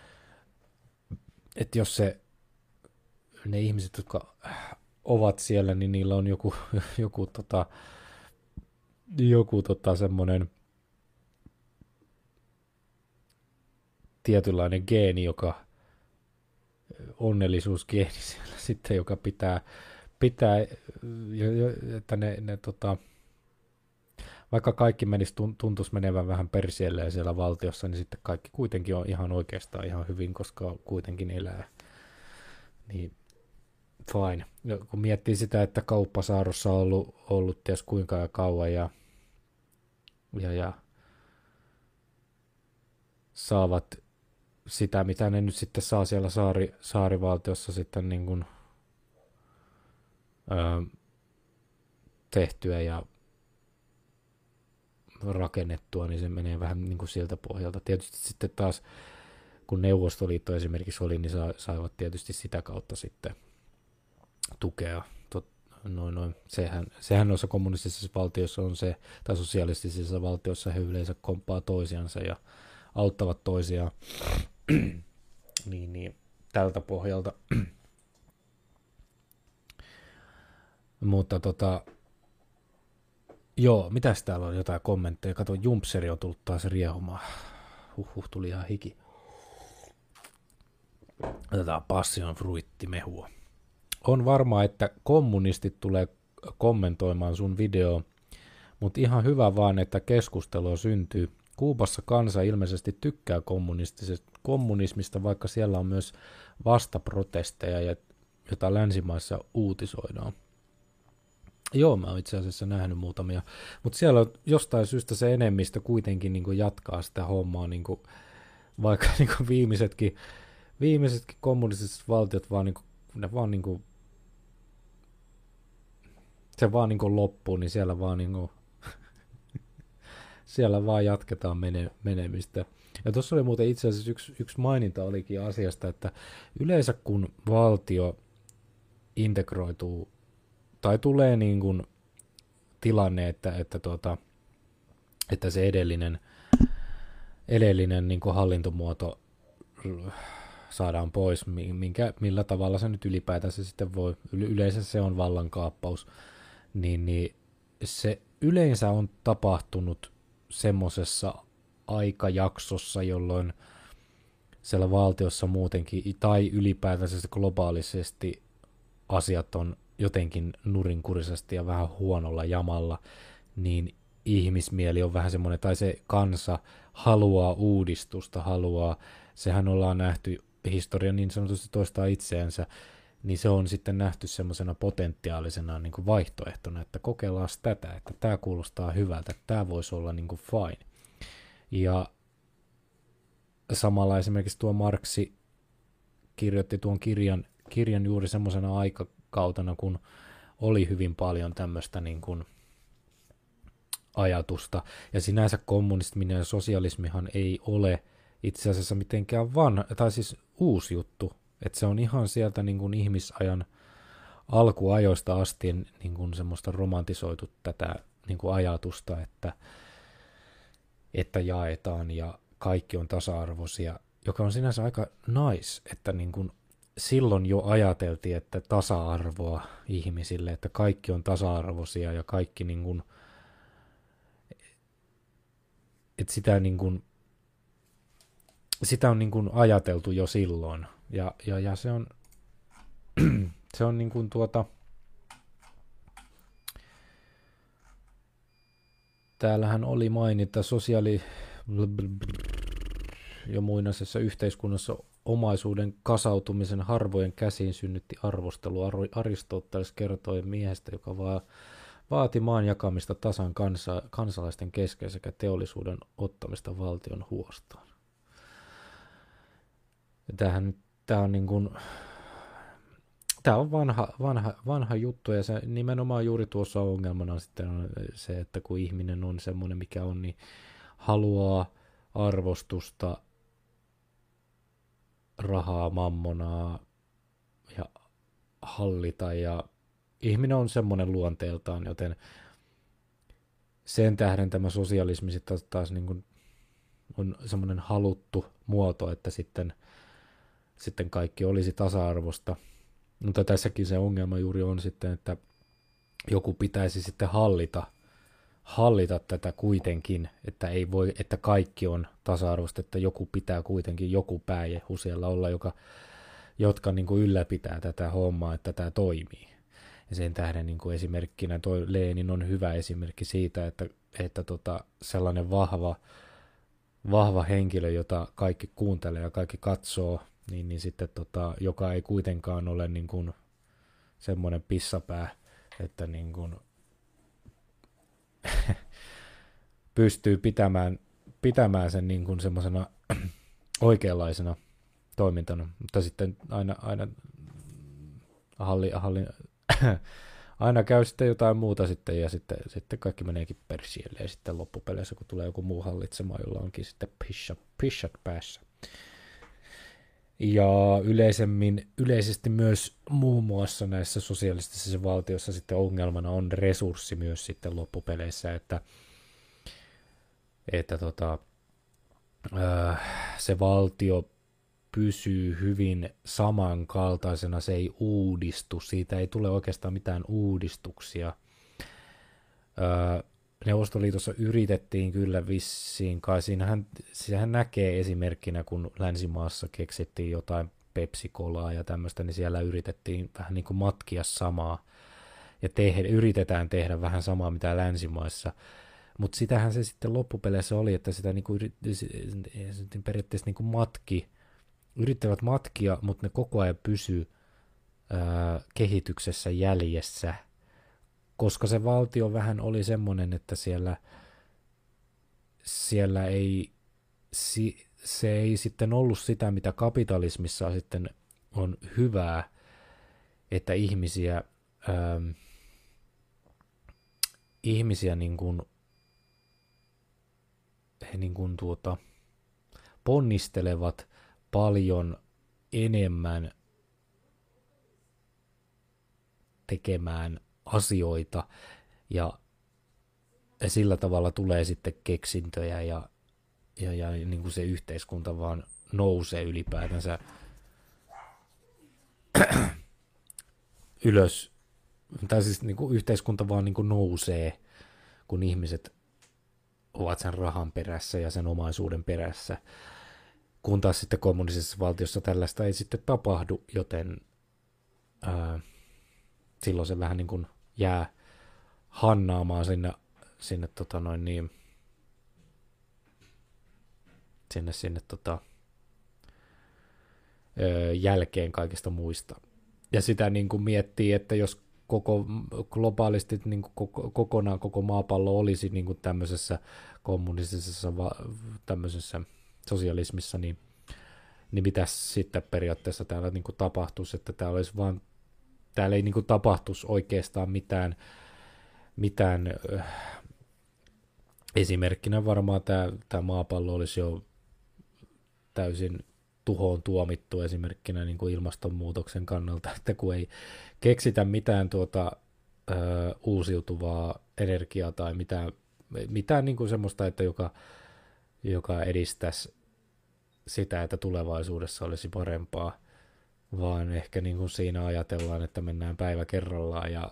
että jos se ne ihmiset, jotka ovat siellä, niin niillä on joku, joku, tota, joku tota, semmoinen tietynlainen geeni, joka onnellisuusgeeni siellä sitten, joka pitää, pitää että ne, ne tota, vaikka kaikki menisi, tuntuisi menevän vähän persielleen siellä valtiossa, niin sitten kaikki kuitenkin on ihan oikeastaan ihan hyvin, koska kuitenkin elää. Niin fine. Ja kun miettii sitä, että kauppasaarossa on ollut, ollut ties kuinka ja kauan ja, ja, ja saavat sitä, mitä ne nyt sitten saa siellä saari, saarivaltiossa sitten niin kuin, öö, tehtyä ja rakennettua, niin se menee vähän niin kuin siltä pohjalta. Tietysti sitten taas, kun Neuvostoliitto esimerkiksi oli, niin sa, saivat tietysti sitä kautta sitten tukea. Tot, noin, noin. Sehän, sehän noissa kommunistisissa valtioissa on se, tai sosialistisissa valtioissa he yleensä komppaa toisiansa ja auttavat toisiaan. niin, niin, tältä pohjalta. Mutta tota, joo, mitäs täällä on jotain kommentteja? Kato, Jumpseri on tullut taas riehumaan. Huhhuh, tuli ihan hiki. Otetaan passion fruittimehua. On varmaa, että kommunistit tulee kommentoimaan sun videoa, mutta ihan hyvä vaan, että keskustelua syntyy. Kuubassa kansa ilmeisesti tykkää kommunismista, vaikka siellä on myös vastaprotesteja, jota länsimaissa uutisoidaan. Joo, mä oon itse asiassa nähnyt muutamia, mutta siellä on jostain syystä se enemmistö kuitenkin niin kuin jatkaa sitä hommaa, niin kuin, vaikka niin kuin viimeisetkin, viimeisetkin kommunistiset valtiot vaan, niin kuin, ne vaan niin kuin, se vaan niin kuin loppuu, niin siellä vaan, niin kuin, siellä vaan jatketaan mene, menemistä. Ja tuossa oli muuten itse asiassa yksi, yksi maininta olikin asiasta, että yleensä kun valtio integroituu tai tulee niin kuin tilanne, että, että, tuota, että se edellinen, edellinen niin kuin hallintomuoto saadaan pois, minkä, millä tavalla se nyt ylipäätänsä sitten voi, yleensä se on vallankaappaus, niin, niin se yleensä on tapahtunut semmoisessa aikajaksossa, jolloin siellä valtiossa muutenkin, tai ylipäätänsä globaalisesti asiat on jotenkin nurinkurisesti ja vähän huonolla jamalla, niin ihmismieli on vähän semmoinen, tai se kansa haluaa uudistusta, haluaa, sehän ollaan nähty, historia niin sanotusti toistaa itseänsä, niin se on sitten nähty semmoisena potentiaalisena niin kuin vaihtoehtona, että kokeillaan tätä, että tämä kuulostaa hyvältä, että tämä voisi olla niin kuin fine. Ja samalla esimerkiksi tuo Marksi kirjoitti tuon kirjan, kirjan juuri semmoisena aikakautena, kun oli hyvin paljon tämmöistä niin kuin ajatusta. Ja sinänsä kommunisminen ja sosialismihan ei ole itse asiassa mitenkään vanha, tai siis uusi juttu. Että se on ihan sieltä niin kuin ihmisajan alkuajoista asti niin kuin semmoista romantisoitu tätä niin kuin ajatusta, että, että jaetaan ja kaikki on tasa-arvoisia, joka on sinänsä aika nice, että niin kuin silloin jo ajateltiin, että tasa-arvoa ihmisille, että kaikki on tasa-arvoisia ja kaikki niin kuin, että sitä niin kuin, sitä on niin kuin ajateltu jo silloin ja, ja, ja se on se on niin kuin tuota täällähän oli mainita sosiaali jo muinaisessa yhteiskunnassa omaisuuden kasautumisen harvojen käsiin synnytti arvostelu. Aristoteles kertoi miehestä, joka vaan vaati maan jakamista tasan kansa, kansalaisten kesken sekä teollisuuden ottamista valtion huostaan. Tämähän, tämä on niin kuin, tämä on vanha, vanha, vanha juttu ja se nimenomaan juuri tuossa ongelmana sitten on se, että kun ihminen on semmoinen mikä on, niin haluaa arvostusta, rahaa, mammonaa ja hallita ja ihminen on semmoinen luonteeltaan, joten sen tähden tämä sosialismi sitten taas niin kuin on semmoinen haluttu muoto, että sitten, sitten kaikki olisi tasa-arvosta. Mutta tässäkin se ongelma juuri on sitten, että joku pitäisi sitten hallita, hallita tätä kuitenkin, että ei voi, että kaikki on tasa-arvosta, että joku pitää kuitenkin, joku pääjehu siellä olla, joka, jotka niin kuin ylläpitää tätä hommaa, että tämä toimii. Ja sen tähden niin kuin esimerkkinä toi Lenin on hyvä esimerkki siitä, että, että tota, sellainen vahva, vahva henkilö, jota kaikki kuuntelee ja kaikki katsoo, niin, niin sitten tota, joka ei kuitenkaan ole niin kuin semmoinen pissapää, että niin kuin pystyy pitämään, pitämään sen niin kuin semmoisena oikeanlaisena toimintana, mutta sitten aina, aina, halli, halli, aina käy sitten jotain muuta sitten ja sitten, sitten kaikki meneekin persielle ja sitten loppupeleissä, kun tulee joku muu hallitsema, jolla onkin sitten pishat, pishat päässä. Ja yleisemmin, yleisesti myös muun muassa näissä sosialistisissa valtioissa sitten ongelmana on resurssi myös sitten loppupeleissä, että, että tota, se valtio pysyy hyvin samankaltaisena, se ei uudistu, siitä ei tule oikeastaan mitään uudistuksia. Neuvostoliitossa yritettiin kyllä vissiin, kai siinähän, siinähän näkee esimerkkinä, kun länsimaassa keksittiin jotain Pepsi-kolaa ja tämmöistä, niin siellä yritettiin vähän niin kuin matkia samaa ja tehdä, yritetään tehdä vähän samaa mitä länsimaissa. Mutta sitähän se sitten loppupeleissä oli, että sitä niin kuin yritettiin periaatteessa niin kuin matki, yrittävät matkia, mutta ne koko ajan pysyy ää, kehityksessä jäljessä koska se valtio vähän oli semmoinen, että siellä, siellä ei, si, se ei sitten ollut sitä, mitä kapitalismissa sitten on hyvää, että ihmisiä, ähm, ihmisiä niin kuin, he niin kuin tuota, ponnistelevat paljon enemmän tekemään asioita ja sillä tavalla tulee sitten keksintöjä ja, ja, ja niin kuin se yhteiskunta vaan nousee ylipäätänsä ylös, tai siis niin kuin yhteiskunta vaan niin kuin nousee, kun ihmiset ovat sen rahan perässä ja sen omaisuuden perässä, kun taas sitten kommunistisessa valtiossa tällaista ei sitten tapahdu, joten ää, silloin se vähän niin kuin jää hannaamaan sinne, sinne, tota noin niin, sinne, sinne tota, öö, jälkeen kaikista muista. Ja sitä niin kuin miettii, että jos koko globaalisti niin kuin koko, kokonaan koko maapallo olisi niin kuin tämmöisessä kommunistisessa va, tämmöisessä sosialismissa, niin, niin mitäs sitten periaatteessa täällä niin kuin tapahtuisi, että täällä olisi vaan, täällä ei niin kuin tapahtuisi oikeastaan mitään, mitään äh, esimerkkinä varmaan tämä, tämä maapallo olisi jo täysin tuhoon tuomittu esimerkkinä niin kuin ilmastonmuutoksen kannalta, että kun ei keksitä mitään tuota, ö, uusiutuvaa energiaa tai mitään, mitään niin kuin semmoista, että joka, joka edistäisi sitä, että tulevaisuudessa olisi parempaa, vaan ehkä niin kuin siinä ajatellaan, että mennään päivä kerrallaan ja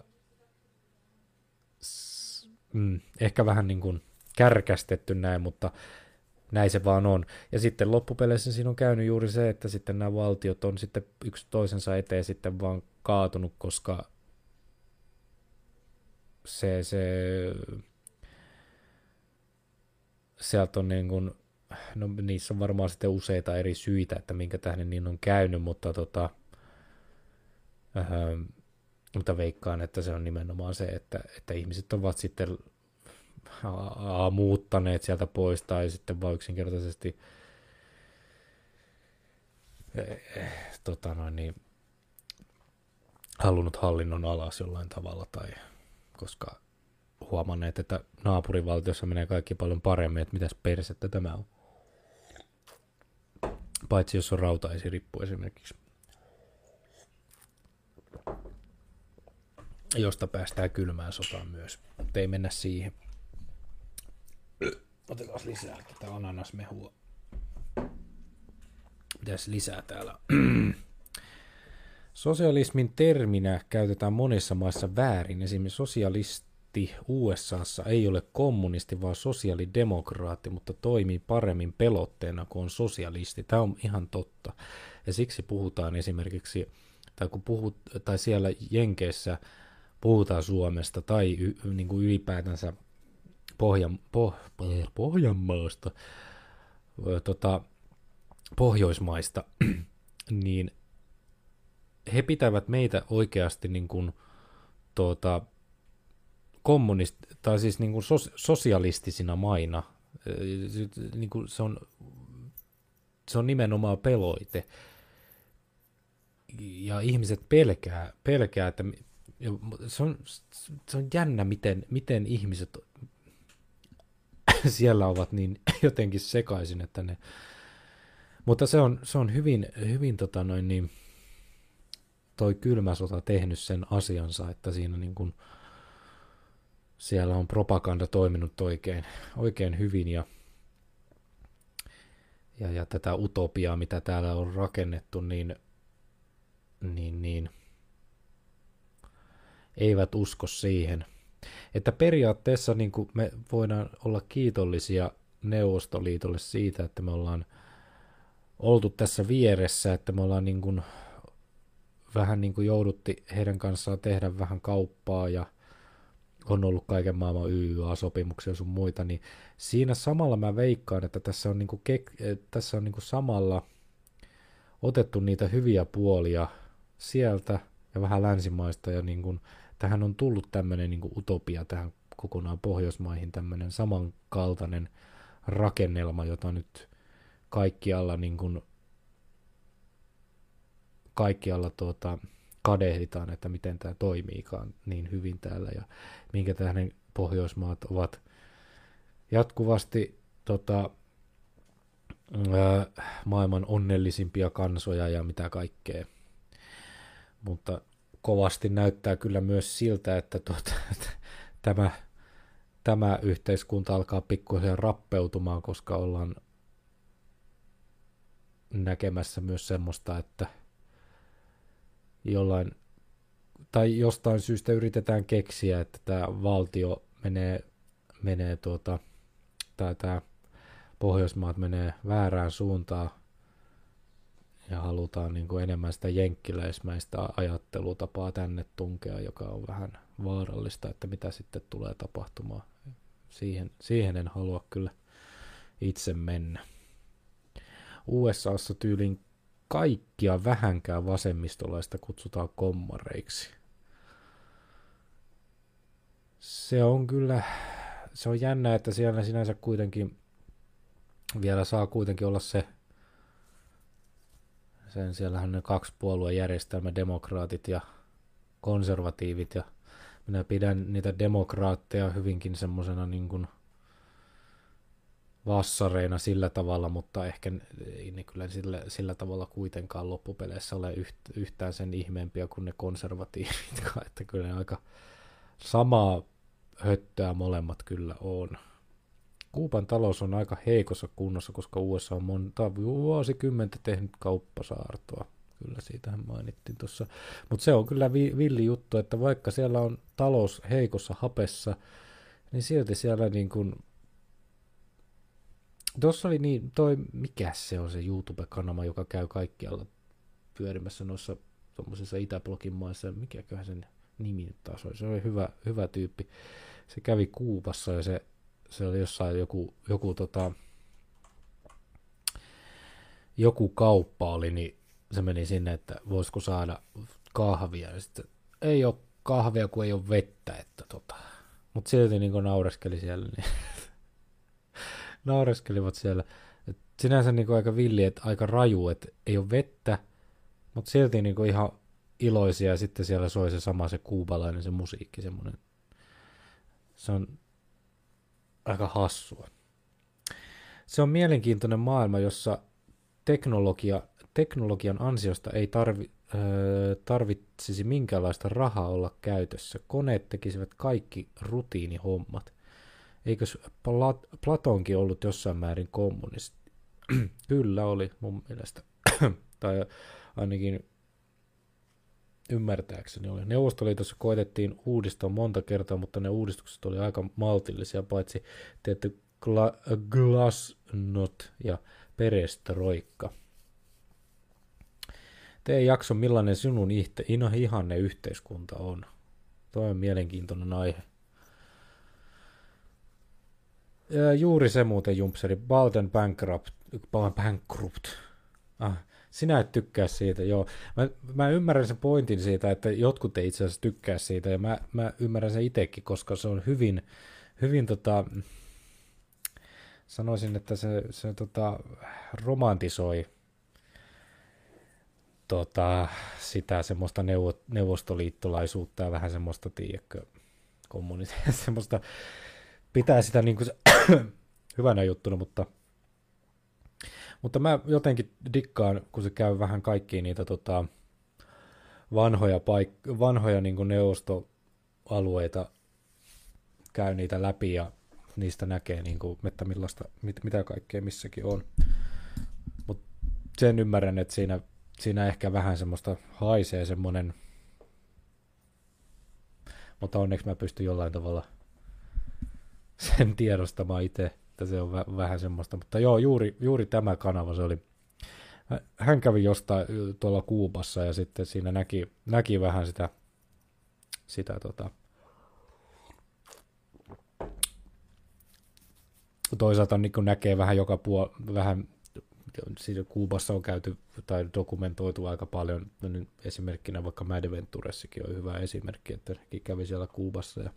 s- mm, ehkä vähän niin kuin kärkästetty näin, mutta näin se vaan on. Ja sitten loppupeleissä siinä on käynyt juuri se, että sitten nämä valtiot on sitten yksi toisensa eteen sitten vaan kaatunut, koska se, se sieltä on niin kuin, no niissä on varmaan sitten useita eri syitä, että minkä tähden niin on käynyt, mutta tota, äh, mutta veikkaan, että se on nimenomaan se, että, että ihmiset ovat sitten a, a, muuttaneet sieltä pois tai sitten vaan yksinkertaisesti eh, tota noin, niin, halunnut hallinnon alas jollain tavalla tai koska huomanneet, että naapurivaltiossa menee kaikki paljon paremmin, että mitäs persettä tämä on. Paitsi jos on rautaesirippu esimerkiksi, josta päästään kylmään sotaan myös. Mutta ei mennä siihen. Otetaan lisää tätä ananasmehua. Mitäs lisää täällä? Sosialismin terminä käytetään monissa maissa väärin. Esimerkiksi sosialisti U S A:ssa ei ole kommunisti, vaan sosiaalidemokraatti, mutta toimii paremmin pelotteena kuin on sosialisti. Tämä on ihan totta. Ja siksi puhutaan esimerkiksi, tai, kun puhut, tai siellä Jenkeissä puhutaan Suomesta tai y, niin kuin ylipäätänsä Pohjan, poh, Pohjanmaasta, tota, Pohjoismaista, niin he pitävät meitä oikeasti niin kuin, tuota, kommunist, tai siis niin kuin sos, sosialistisina maina. Niin kuin se, on, se on nimenomaan peloite. Ja ihmiset pelkää, pelkää että se on, se on jännä, miten, miten ihmiset siellä ovat niin jotenkin sekaisin, että ne... Mutta se on, se on hyvin, hyvin tota noin niin, toi kylmä sota tehnyt sen asiansa, että siinä niin kuin, siellä on propaganda toiminut oikein, oikein hyvin ja, ja, ja tätä utopiaa, mitä täällä on rakennettu, niin, niin, niin eivät usko siihen. Että periaatteessa niin kuin me voidaan olla kiitollisia Neuvostoliitolle siitä, että me ollaan oltu tässä vieressä, että me ollaan niin kuin vähän niin kuin joudutti heidän kanssaan tehdä vähän kauppaa ja on ollut kaiken maailman Y Y A-sopimuksia sun muita, niin siinä samalla mä veikkaan, että tässä on, niin kuin kek- tässä on niin kuin samalla otettu niitä hyviä puolia sieltä ja vähän länsimaista ja niin kuin tähän on tullut tämmöinen niin kuin utopia tähän kokonaan Pohjoismaihin, tämmöinen samankaltainen rakennelma, jota nyt kaikkialla, niin kuin, kaikkialla tuota, kadehditaan, että miten tämä toimiikaan niin hyvin täällä ja minkä tähän Pohjoismaat ovat jatkuvasti tota, ää, maailman onnellisimpia kansoja ja mitä kaikkea. Mutta kovasti näyttää kyllä myös siltä, että tuota, tämä, tämä yhteiskunta alkaa pikkuhiljaa rappeutumaan, koska ollaan näkemässä myös semmoista, että jollain tai jostain syystä yritetään keksiä, että tämä valtio menee, menee tuota, tai tämä Pohjoismaat menee väärään suuntaan ja halutaan niin kuin enemmän sitä jenkkiläismäistä ajattelutapaa tänne tunkea, joka on vähän vaarallista, että mitä sitten tulee tapahtumaan. Siihen, siihen en halua kyllä itse mennä. U S A:ssa tyylin kaikkia vähänkään vasemmistolaista kutsutaan kommareiksi. Se on kyllä, se on jännä, että siellä sinänsä kuitenkin vielä saa kuitenkin olla se, sen siellähän ne kaksi puoluejärjestelmä, demokraatit ja konservatiivit, ja minä pidän niitä demokraatteja hyvinkin semmosena niin kuin vassareina sillä tavalla, mutta ehkä ei ne kyllä sillä, sillä tavalla kuitenkaan loppupeleissä ole yhtään sen ihmeempiä kuin ne konservatiivit, että kyllä ne aika samaa höttöä molemmat kyllä on. Kuuban talous on aika heikossa kunnossa, koska U S A on monta vuosikymmentä tehnyt kauppasaartoa. Kyllä siitähän mainittiin tuossa. Mutta se on kyllä vi- villi juttu, että vaikka siellä on talous heikossa hapessa, niin silti siellä niin kuin tuossa oli niin, toi, mikä se on se YouTube-kanava, joka käy kaikkialla pyörimässä noissa tuommoisissa Itäblogin maissa, mikäköhän sen nimi nyt taas oli, se oli hyvä, hyvä tyyppi. Se kävi Kuubassa ja se, se oli jossain joku, joku, tota, joku kauppa oli, niin se meni sinne, että voisiko saada kahvia, ja sitten ei ole kahvia, kun ei ole vettä, että tota, mutta silti niin kuin naureskeli siellä, niin naureskelivat siellä. Et sinänsä niin kuin aika villi, että aika raju, että ei ole vettä, mutta silti niin kuin ihan iloisia, ja sitten siellä soi se sama se kuubalainen se musiikki, semmoinen. Se on aika hassua. Se on mielenkiintoinen maailma, jossa teknologia, teknologian ansiosta ei tarvi, öö, tarvitsisi minkäänlaista rahaa olla käytössä. Koneet tekisivät kaikki rutiinihommat. Eikös Plat- Platonkin ollut jossain määrin kommunisti? Kyllä oli mun mielestä. Tai ainakin ymmärtääkseni oli. Neuvostoliitossa koetettiin uudistaa monta kertaa, mutta ne uudistukset oli aika maltillisia, paitsi tietty gla- glasnost ja perestroikka. Tee jakso, millainen sinun ihte, ihanne yhteiskunta on. Tuo on mielenkiintoinen aihe. Ja juuri se muuten, Jumpseri, Balden Bankrupt. Bankrupt. Ah, sinä et tykkää siitä, joo. Mä, mä ymmärrän sen pointin siitä, että jotkut ei itse asiassa tykkää siitä, ja mä, mä ymmärrän sen itsekin, koska se on hyvin, hyvin tota, sanoisin, että se, se tota, romantisoi tota, sitä semmoista neuvo, neuvostoliittolaisuutta ja vähän semmoista, tiedätkö, kommunismia, semmoista, pitää sitä niin kuin se, hyvänä juttuna, mutta Mutta mä jotenkin dikkaan, kun se käy vähän kaikkia niitä tota, vanhoja, paik- vanhoja niin kuin neuvostoalueita, käy niitä läpi ja niistä näkee, niin kuin, että millaista, mit, mitä kaikkea missäkin on. Mutta sen ymmärrän, että siinä, siinä ehkä vähän semmoista haisee semmoinen, mutta onneksi mä pystyn jollain tavalla sen tiedostamaan itse, että se on vä- vähän semmoista, mutta joo, juuri, juuri tämä kanava, se oli, hän kävi jostain tuolla Kuubassa ja sitten siinä näki, näki vähän sitä, sitä tota, toisaalta niin kun näkee vähän joka puol, vähän Siis Kuubassa on käyty tai dokumentoitu aika paljon, no nyt esimerkkinä vaikka Mad Venturessakin on hyvä esimerkki, että nekin kävi siellä Kuubassa ja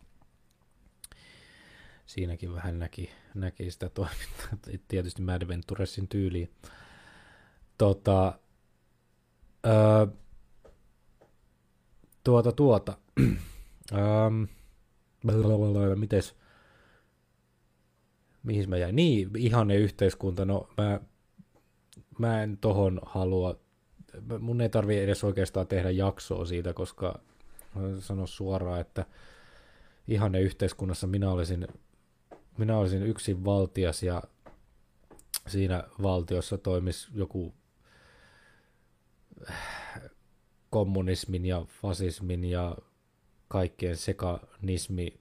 siinäkin vähän näki, näki sitä toimintaa, tietysti Mad Venturesin tyyliin. Tota, öö, tuota, tuota, öö, mites, mihin mä jäin? Niin, ihanne yhteiskunta, no mä, mä en tohon halua, mun ei tarvii edes oikeastaan tehdä jaksoa siitä, koska mä sanon suoraan, että ihanne yhteiskunnassa minä olisin, minä olisin yksin valtias ja siinä valtiossa toimisi joku kommunismin ja fasismin ja kaikkien sekanismi,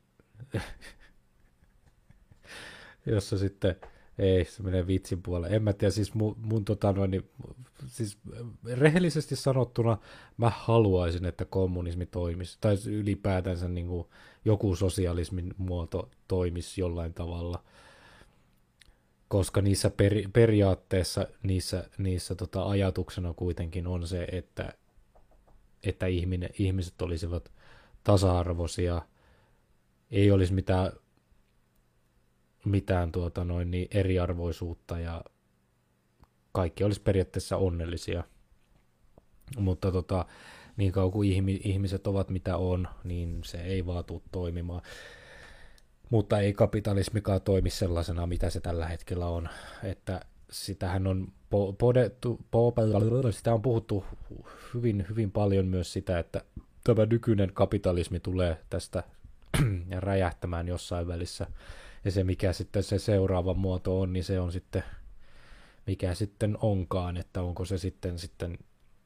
jossa sitten, ei, se menee vitsin puolelle. En mä tiedä, siis mun, mun tota noin, niin, siis rehellisesti sanottuna mä haluaisin, että kommunismi toimisi, tai ylipäätänsä niin kuin joku sosialismin muoto toimisi jollain tavalla, koska niissä peri, periaatteessa, niissä, niissä tota ajatuksena kuitenkin on se, että, että ihminen, ihmiset olisivat tasa-arvoisia, ei olisi mitään mitään tuota noin, niin eriarvoisuutta ja kaikki olisi periaatteessa onnellisia. Mutta tota, niin kauan kuin ihmiset ovat mitä on, niin se ei vaan tule toimimaan. Mutta ei kapitalismikaan toimi sellaisena, mitä se tällä hetkellä on. Että sitähän on podettu, sitä on puhuttu hyvin, hyvin paljon myös sitä, että tämä nykyinen kapitalismi tulee tästä räjähtämään jossain välissä. Ja se, mikä sitten se seuraava muoto on, niin se on sitten, mikä sitten onkaan, että onko se sitten, sitten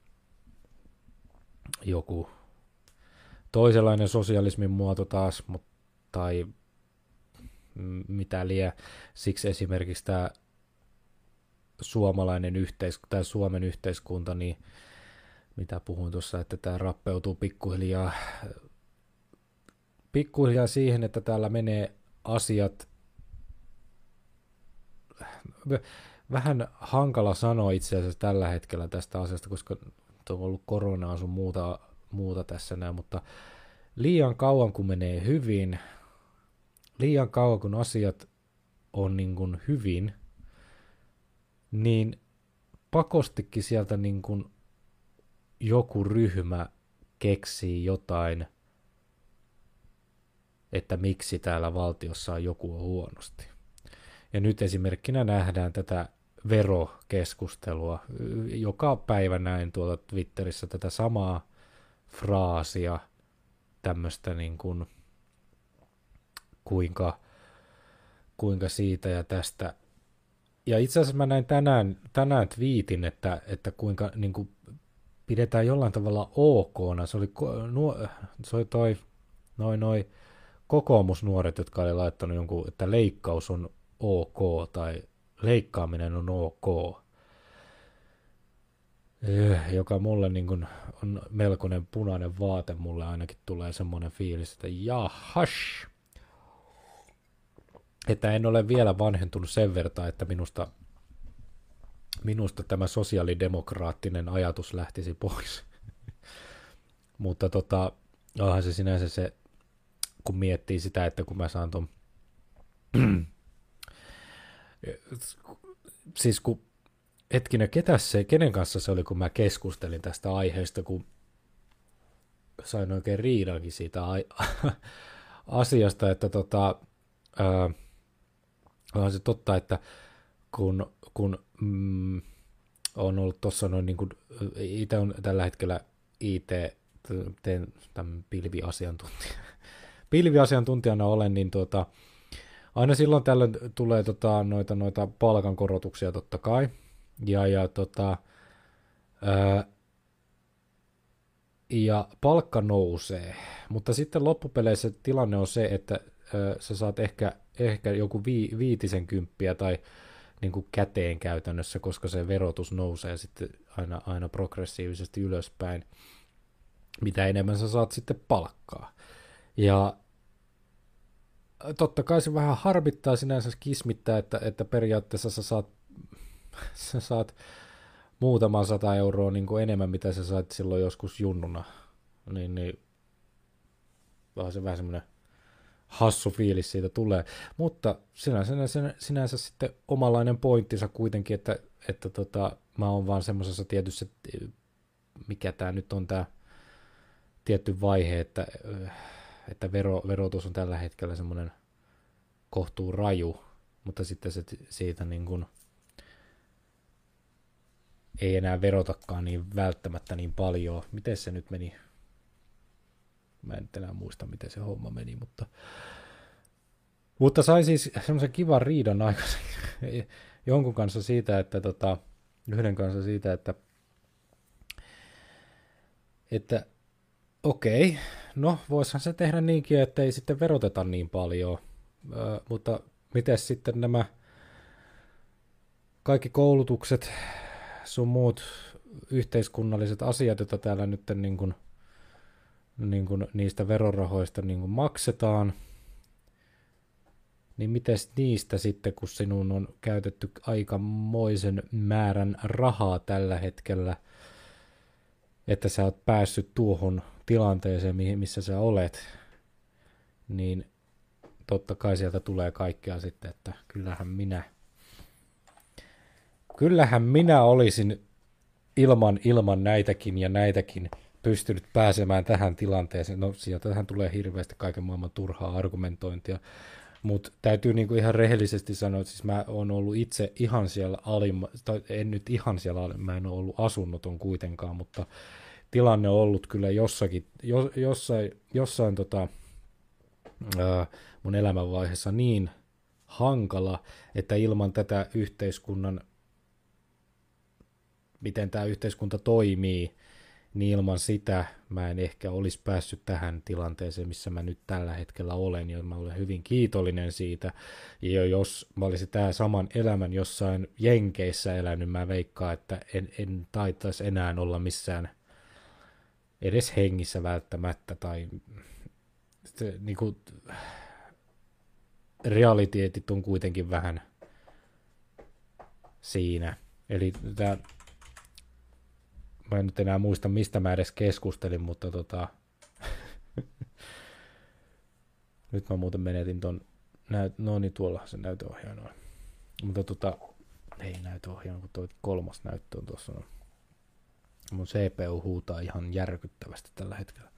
joku toisenlainen sosialismin muoto taas, tai mitä liian. Siksi esimerkiksi tämä suomalainen yhteiskunta, tai Suomen yhteiskunta, niin mitä puhuin tuossa, että tämä rappeutuu pikkuhiljaa, pikkuhiljaa siihen, että täällä menee asiat, vähän hankala sanoa itse asiassa tällä hetkellä tästä asiasta, koska on ollut koronaa sun muuta, muuta tässä näin, mutta liian kauan kun menee hyvin, liian kauan kun asiat on niin kuin hyvin, niin pakostikin sieltä niin kuin joku ryhmä keksii jotain, että miksi täällä valtiossa on joku huonosti. Ja nyt esimerkkinä nähdään tätä verokeskustelua. Joka päivä näin tuolla Twitterissä tätä samaa fraasia, tämmöistä niin kuin, kuinka, kuinka siitä ja tästä. Ja itse asiassa mä näin tänään, tänään twiitin, että, että kuinka niin kuin pidetään jollain tavalla okna. Se oli, se oli toi, noin noin kokoomusnuoret, jotka oli laittanut jonkun, että leikkaus on ok tai leikkaaminen on ok, joka mulle niin kuin on melkoinen punainen vaate, mulle ainakin tulee semmoinen fiilis, että jahas, että en ole vielä vanhentunut sen verran, että minusta, minusta tämä sosiaalidemokraattinen ajatus lähtisi pois. Mutta tota, onhan se sinänsä se, kun miettii sitä, että kun mä saan ton siis kun hetkinen, ketä se, kenen kanssa se oli, kun mä keskustelin tästä aiheesta, kun sain oikein riidankin siitä asiasta, että tota, ää, on se totta, että kun, kun mm, on ollut tuossa noin niin kuin, itse on tällä hetkellä I T, teen tämän pilviasiantuntija, pilviasiantuntijana olen, niin tuota, aina silloin tällöin tulee tota, noita, noita palkankorotuksia totta kai, ja, ja, tota, ää, ja palkka nousee, mutta sitten loppupeleissä tilanne on se, että ää, sä saat ehkä, ehkä joku vi, viitisen kymppiä tai niin kuin käteen käytännössä, koska se verotus nousee sitten aina, aina progressiivisesti ylöspäin, mitä enemmän sä saat sitten palkkaa. Ja totta kai se vähän harmittaa sinänsä kismittää, että, että periaatteessa sä saat sä saat muutaman sata euroa niin kuin enemmän, mitä sä sait silloin joskus junnuna, niin, niin vaan se vähän semmoinen hassu fiilis siitä tulee. Mutta sinänsä, sinänsä, sinänsä sitten omanlainen pointtinsa kuitenkin, että, että tota, mä oon vaan semmoisessa tietyssä, mikä tää nyt on tää tietty vaihe, että, että vero, verotus on tällä hetkellä semmoinen kohtuu raju, mutta sitten se siitä niin kuin ei enää verotakaan niin välttämättä niin paljon. Miten se nyt meni? Mä en enää muista, miten se homma meni, mutta, mutta sain siis semmoisen kivan riidan aikaisemmin jonkun kanssa siitä, että tota, yhden kanssa siitä, että, että okei, no voisihan se tehdä niinkin, että ei sitten veroteta niin paljon, Ö, mutta miten sitten nämä kaikki koulutukset, sun muut yhteiskunnalliset asiat, joita täällä nyt niin kuin, niin kuin niistä verorahoista niin kuin maksetaan, niin miten niistä sitten, kun sinun on käytetty aikamoisen määrän rahaa tällä hetkellä, että sä oot päässyt tuohon tilanteeseen, missä sä olet, niin totta kai sieltä tulee kaikkea sitten, että kyllähän minä, kyllähän minä olisin ilman, ilman näitäkin ja näitäkin pystynyt pääsemään tähän tilanteeseen. No sieltähän tulee hirveästi kaiken maailman turhaa argumentointia, mutta täytyy niinku ihan rehellisesti sanoa, että siis mä oon ollut itse ihan siellä alimma, tai en nyt ihan siellä alimma, mä en ole ollut asunnoton kuitenkaan, mutta tilanne on ollut kyllä jossakin, jo, jossain, jossain tota, ää, mun elämänvaiheessa niin hankala, että ilman tätä yhteiskunnan, miten tämä yhteiskunta toimii, niin ilman sitä mä en ehkä olisi päässyt tähän tilanteeseen, missä mä nyt tällä hetkellä olen, ja mä olen hyvin kiitollinen siitä. Ja jos mä olisin tämä saman elämän jossain Jenkeissä elänyt, mä veikkaan, että en, en taitaisi enää olla missään edes hengissä välttämättä, tai se, niin kuin, realiteetit on kuitenkin vähän siinä. Eli tämä, mä en nyt enää muista, mistä mä edes keskustelin, mutta tota, nyt mä muuten menetin ton, näyt, no niin tuolla se näytöohjaaja on. Mutta tota, ei näytöohjaaja, kun toi kolmas näyttö on tuossa. Mun C P U huutaa ihan järkyttävästi tällä hetkellä.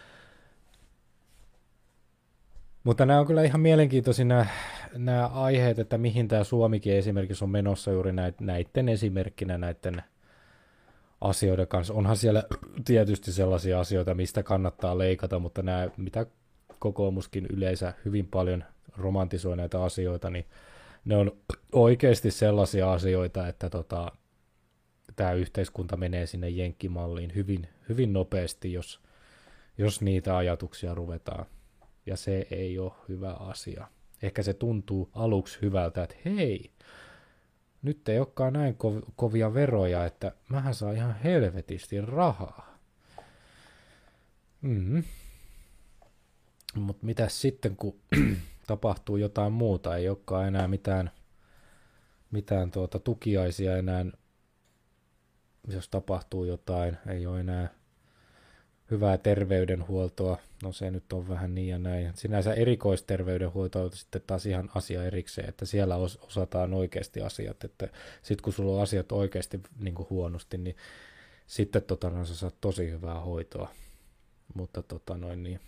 Mutta nämä on kyllä ihan mielenkiintoisia nämä, nämä aiheet, että mihin tämä Suomikin esimerkiksi on menossa juuri näiden esimerkkinä näiden asioiden kanssa. Onhan siellä tietysti sellaisia asioita, mistä kannattaa leikata, mutta nämä, mitä kokoomuskin yleensä hyvin paljon romantisoi näitä asioita, niin ne on oikeasti sellaisia asioita, että tota, tämä yhteiskunta menee sinne jenkkimalliin hyvin, hyvin nopeasti, jos, jos niitä ajatuksia ruvetaan. Ja se ei ole hyvä asia. Ehkä se tuntuu aluksi hyvältä, että hei, nyt ei olekaan näin ko- kovia veroja, että mähän saa ihan helvetisti rahaa. Mm-hmm. Mutta mitäs sitten, kun tapahtuu jotain muuta, ei olekaan enää mitään, mitään tuota tukiaisia enää, jos tapahtuu jotain, ei ole enää hyvää terveydenhuoltoa, no se nyt on vähän niin ja näin. Sinänsä erikoisterveydenhuolto on sitten taas ihan asia erikseen, että siellä os- osataan oikeasti asiat, että sitten kun sulla on asiat oikeasti niin kuin huonosti, niin sitten tota, no, sä saat tosi hyvää hoitoa, mutta tota noin niin,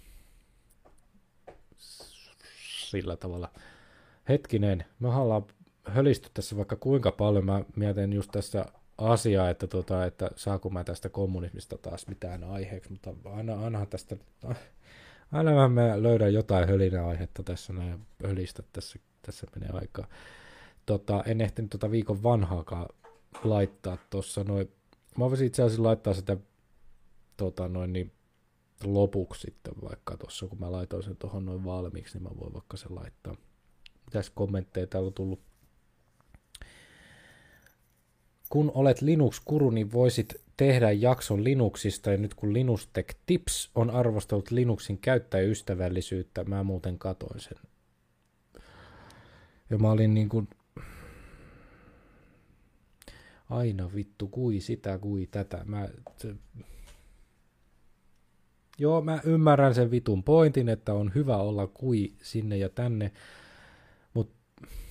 sillä tavalla. Hetkinen, me ollaan hölisty tässä vaikka kuinka paljon, mä mietin just tässä asiaa, että, tota, että saako mä tästä kommunismista taas mitään aiheeksi, mutta aina, aina tästä, aina mä löydän jotain hölinä aihetta tässä näin, hölistä tässä, tässä menee aikaa. Tota, en ehtinyt tota viikon vanhaakaan laittaa tuossa noin, mä voisin itse asiassa laittaa sitä tota, noin niin, lopuksi sitten vaikka tuossa, kun mä laitoin sen tuohon noin valmiiksi, niin mä voin vaikka sen laittaa. Mitäs kommentteja täällä on tullut? Kun olet Linux-guru, niin voisit tehdä jakson Linuxista, ja nyt kun Linux Tech Tips on arvostellut Linuxin käyttäjäystävällisyyttä, mä muuten katoin sen. Ja mä olin niin kuin, Aina vittu, kui sitä, kui tätä. Mä, se, joo, mä ymmärrän sen vitun pointin, että on hyvä olla kui sinne ja tänne, mutta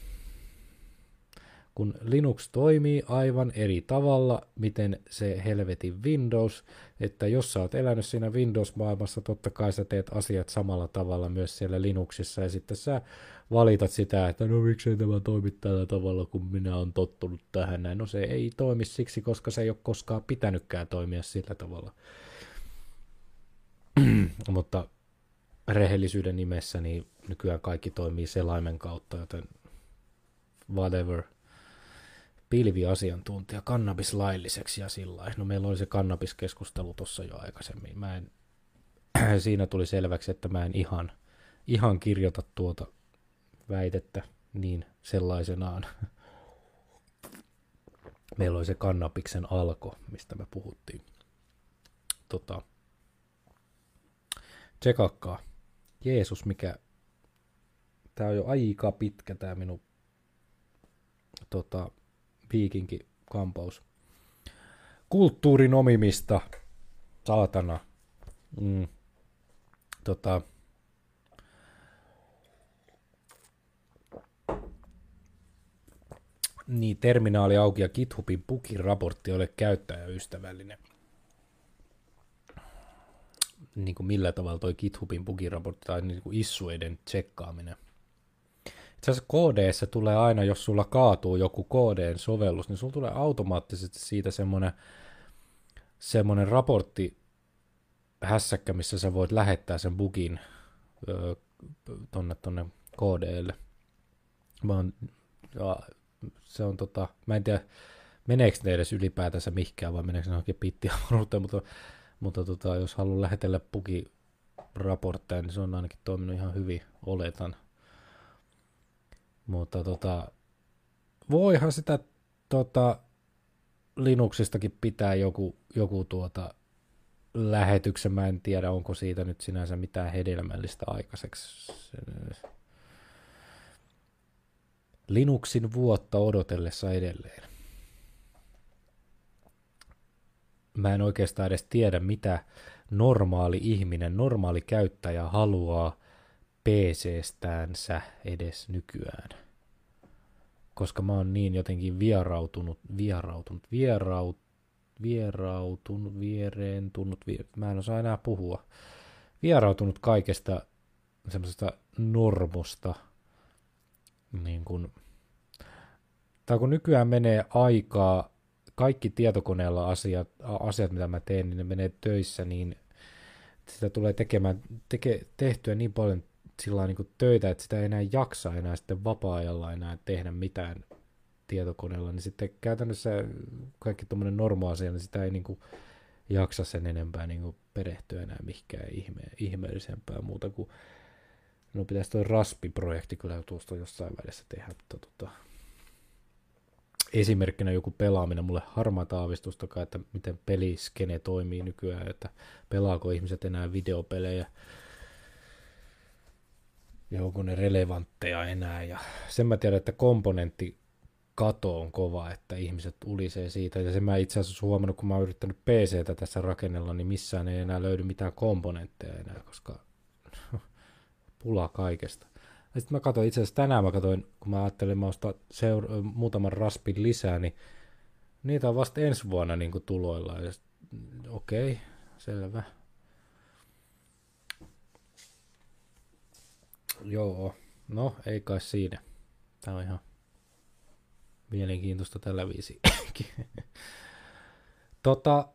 kun Linux toimii aivan eri tavalla, miten se helvetin Windows, että jos sä oot elänyt siinä Windows-maailmassa, totta kai sä teet asiat samalla tavalla myös siellä Linuxissa, ja sitten sä valitat sitä, että no miksei tämä toimi tällä tavalla, kun minä olen tottunut tähän näin. No se ei toimi siksi, koska se ei ole koskaan pitänytkään toimia sillä tavalla. Mutta rehellisyyden nimessä niin nykyään kaikki toimii selaimen kautta, joten whatever. Pilviasiantuntija kannabis lailliseksi ja sillä lailla. No meillä oli se kannabiskeskustelu tuossa jo aikaisemmin. Mä en, siinä tuli selväksi, että mä en ihan, ihan kirjoita tuota väitettä niin sellaisenaan. Meillä oli se kannabiksen alko, mistä me puhuttiin. Tota, tsekakkaa. Jeesus, mikä... Tää on jo aika pitkä tää minun tota, viikinkikampaus. Kulttuurin omimista. Saatana. Mm. Tota... Niin, terminaali auki ja GitHubin Bugin-raportti ole käyttäjäystävällinen. Niin kuin millä tavalla toi GitHubin Bugin-raportti tai niin kuin issueiden tsekkaaminen. Itse asiassa K D:ssä tulee aina, jos sulla kaatuu joku K D-sovellus, niin sulla tulee automaattisesti siitä semmoinen, semmoinen raportti hässäkkä, missä sä voit lähettää sen bugin öö, tonne, tonne K D:lle. Mä oon, ja, se on tota, mä en tiedä, meneekö ne edes ylipäätänsä mihkään vai meneekö ne oikein pittiavaruuteen, mutta, mutta tota, jos haluan lähetellä bugiraportteja, niin se on ainakin toiminut ihan hyvin, oletan. Mutta tota, voihan sitä tota, Linuxistakin pitää joku, joku tuota lähetyksen, mä en tiedä onko siitä nyt sinänsä mitään hedelmällistä aikaiseksi. Linuxin vuotta odotellessa edelleen. Mä en oikeastaan edes tiedä, mitä normaali ihminen, normaali käyttäjä haluaa P C:stäänsä edes nykyään. Koska mä oon niin jotenkin vierautunut, vierautunut, vieraut, vierautunut, viereentunut, vier, mä en osaa enää puhua. Vierautunut kaikesta semmoisesta normosta. Niin kun, tai kun nykyään menee aikaa, kaikki tietokoneella asiat, asiat, mitä mä teen, niin ne menee töissä, niin sitä tulee tekemään, teke, tehtyä niin paljon sillä niin kuin töitä, että sitä ei enää jaksa enää sitten vapaa-ajalla enää tehdä mitään tietokoneella, niin sitten käytännössä kaikki tuommoinen norma-asia, niin sitä ei niin kuin jaksa sen enempää niin kuin perehtyä enää mihinkään ihme, ihmeellisempää muuta kuin, no pitäisi toi Raspi-projekti kyllä tuosta jossain välissä tehdä, mutta tota, esimerkkinä joku pelaaminen, mulle harmaata aavistustakaan, että miten peliskene toimii nykyään, että pelaako ihmiset enää videopelejä, ja onko ne relevantteja enää, ja sen mä tiedän, että komponenttikato on kova, että ihmiset ulisee siitä, ja sen mä itse asiassa huomannut, kun mä oon yrittänyt P C:tä tässä rakennella, niin missään ei enää löydy mitään komponentteja enää, koska pula kaikesta. Sitten mä katsoin, itse asiassa tänään mä katsoin, kun mä ajattelin, että mä ostan seura- muutaman raspin lisää, niin niitä on vasta ensi vuonna niin kuin tuloilla. Okei, okay, selvä. Joo, no ei kai siinä. Tää on ihan mielenkiintoista tällä viisi. tota...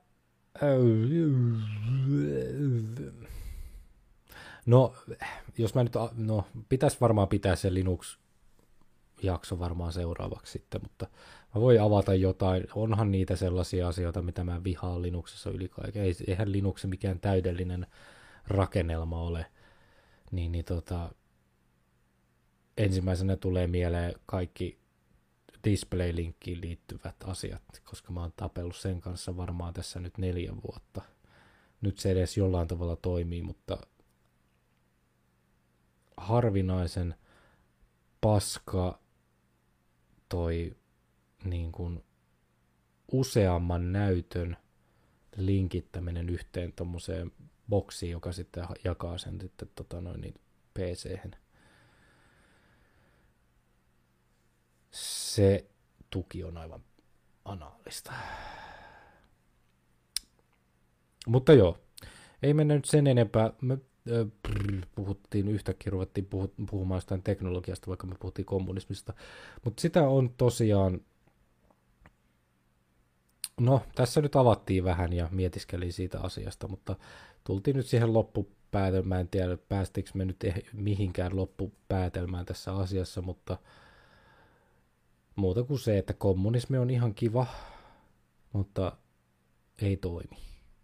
No, jos mä nyt, no, pitäisi varmaan pitää se Linux-jakso varmaan seuraavaksi sitten, mutta mä voin avata jotain. Onhan niitä sellaisia asioita, mitä mä vihaan Linuxissa yli kaiken. Eihän Linux mikään täydellinen rakennelma ole. Niin, niin tota, ensimmäisenä tulee mieleen kaikki display-linkkiin liittyvät asiat, koska mä oon tapellut sen kanssa varmaan tässä nyt neljä vuotta. Nyt se edes jollain tavalla toimii, mutta harvinaisen paska toi niin kuin useamman näytön linkittäminen yhteen tommoseen boksiin, joka sitten jakaa sen sitten tota noin niin P C:hen. Se tuki on aivan anaalista. Mutta joo, ei mennä nyt sen enempää. Me äh, brr, puhuttiin yhtäkkiä, ruvettiin puhu, puhumaan jostain teknologiasta, vaikka me puhuttiin kommunismista. Mutta sitä on tosiaan, no tässä nyt avattiin vähän ja mietiskeli siitä asiasta, mutta tultiin nyt siihen loppupäätelmään. En tiedä, päästikö me nyt eh, mihinkään loppupäätelmään tässä asiassa, mutta muuta kuin se, että kommunismi on ihan kiva, mutta ei toimi.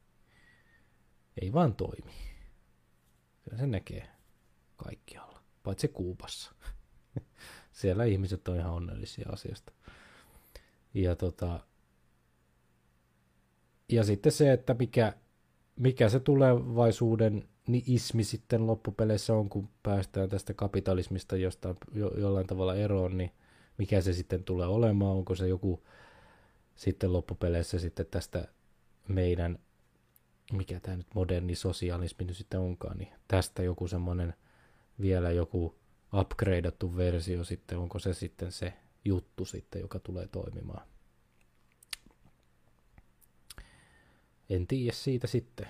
Ei vaan toimi. Kyllä se näkee kaikkialla, paitsi Kuubassa. Siellä ihmiset on ihan onnellisia asiasta. Ja, tota, ja sitten se, että mikä, mikä se tulevaisuuden ismi sitten loppupeleissä on, kun päästään tästä kapitalismista jostain, jo, jollain tavalla eroon, niin mikä se sitten tulee olemaan, onko se joku sitten loppupeleissä sitten tästä meidän, mikä tämä nyt moderni sosialismi nyt sitten onkaan, niin tästä joku semmoinen vielä joku upgradeattu versio sitten, onko se sitten se juttu sitten, joka tulee toimimaan. En tiedä siitä sitten.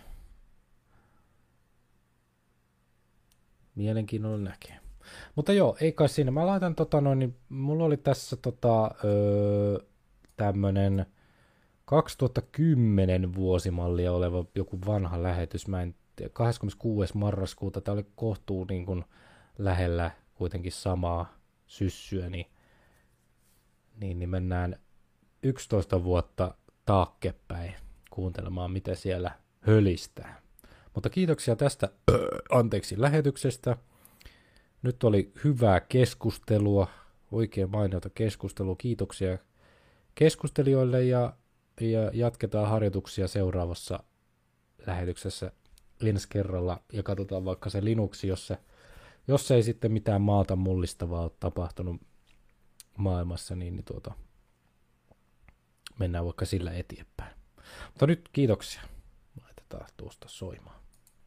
Mielenkiinnolla näkee. Mutta joo, ei kai siinä. Mä laitan tota noin, niin mulla oli tässä tota öö, tämmönen kaksituhattakymmenen vuosimallia oleva joku vanha lähetys. Mä en tiedä, kahdeskymmeneskuudes marraskuuta, tää oli kohtuu niin kuin lähellä kuitenkin samaa syssyä, niin, niin, niin mennään yksitoista vuotta taaksepäin kuuntelemaan, mitä siellä hölistää. Mutta kiitoksia tästä, öö, anteeksi, lähetyksestä. Nyt oli hyvää keskustelua, oikein mainiota keskustelua. Kiitoksia keskustelijoille ja, ja jatketaan harjoituksia seuraavassa lähetyksessä ensi kerralla. Ja katsotaan vaikka se Linuxi, jos, se, jos ei sitten mitään maata mullistavaa ole tapahtunut maailmassa, niin, niin tuota, mennään vaikka sillä eteenpäin. Mutta nyt kiitoksia. Laitetaan tuosta soimaan.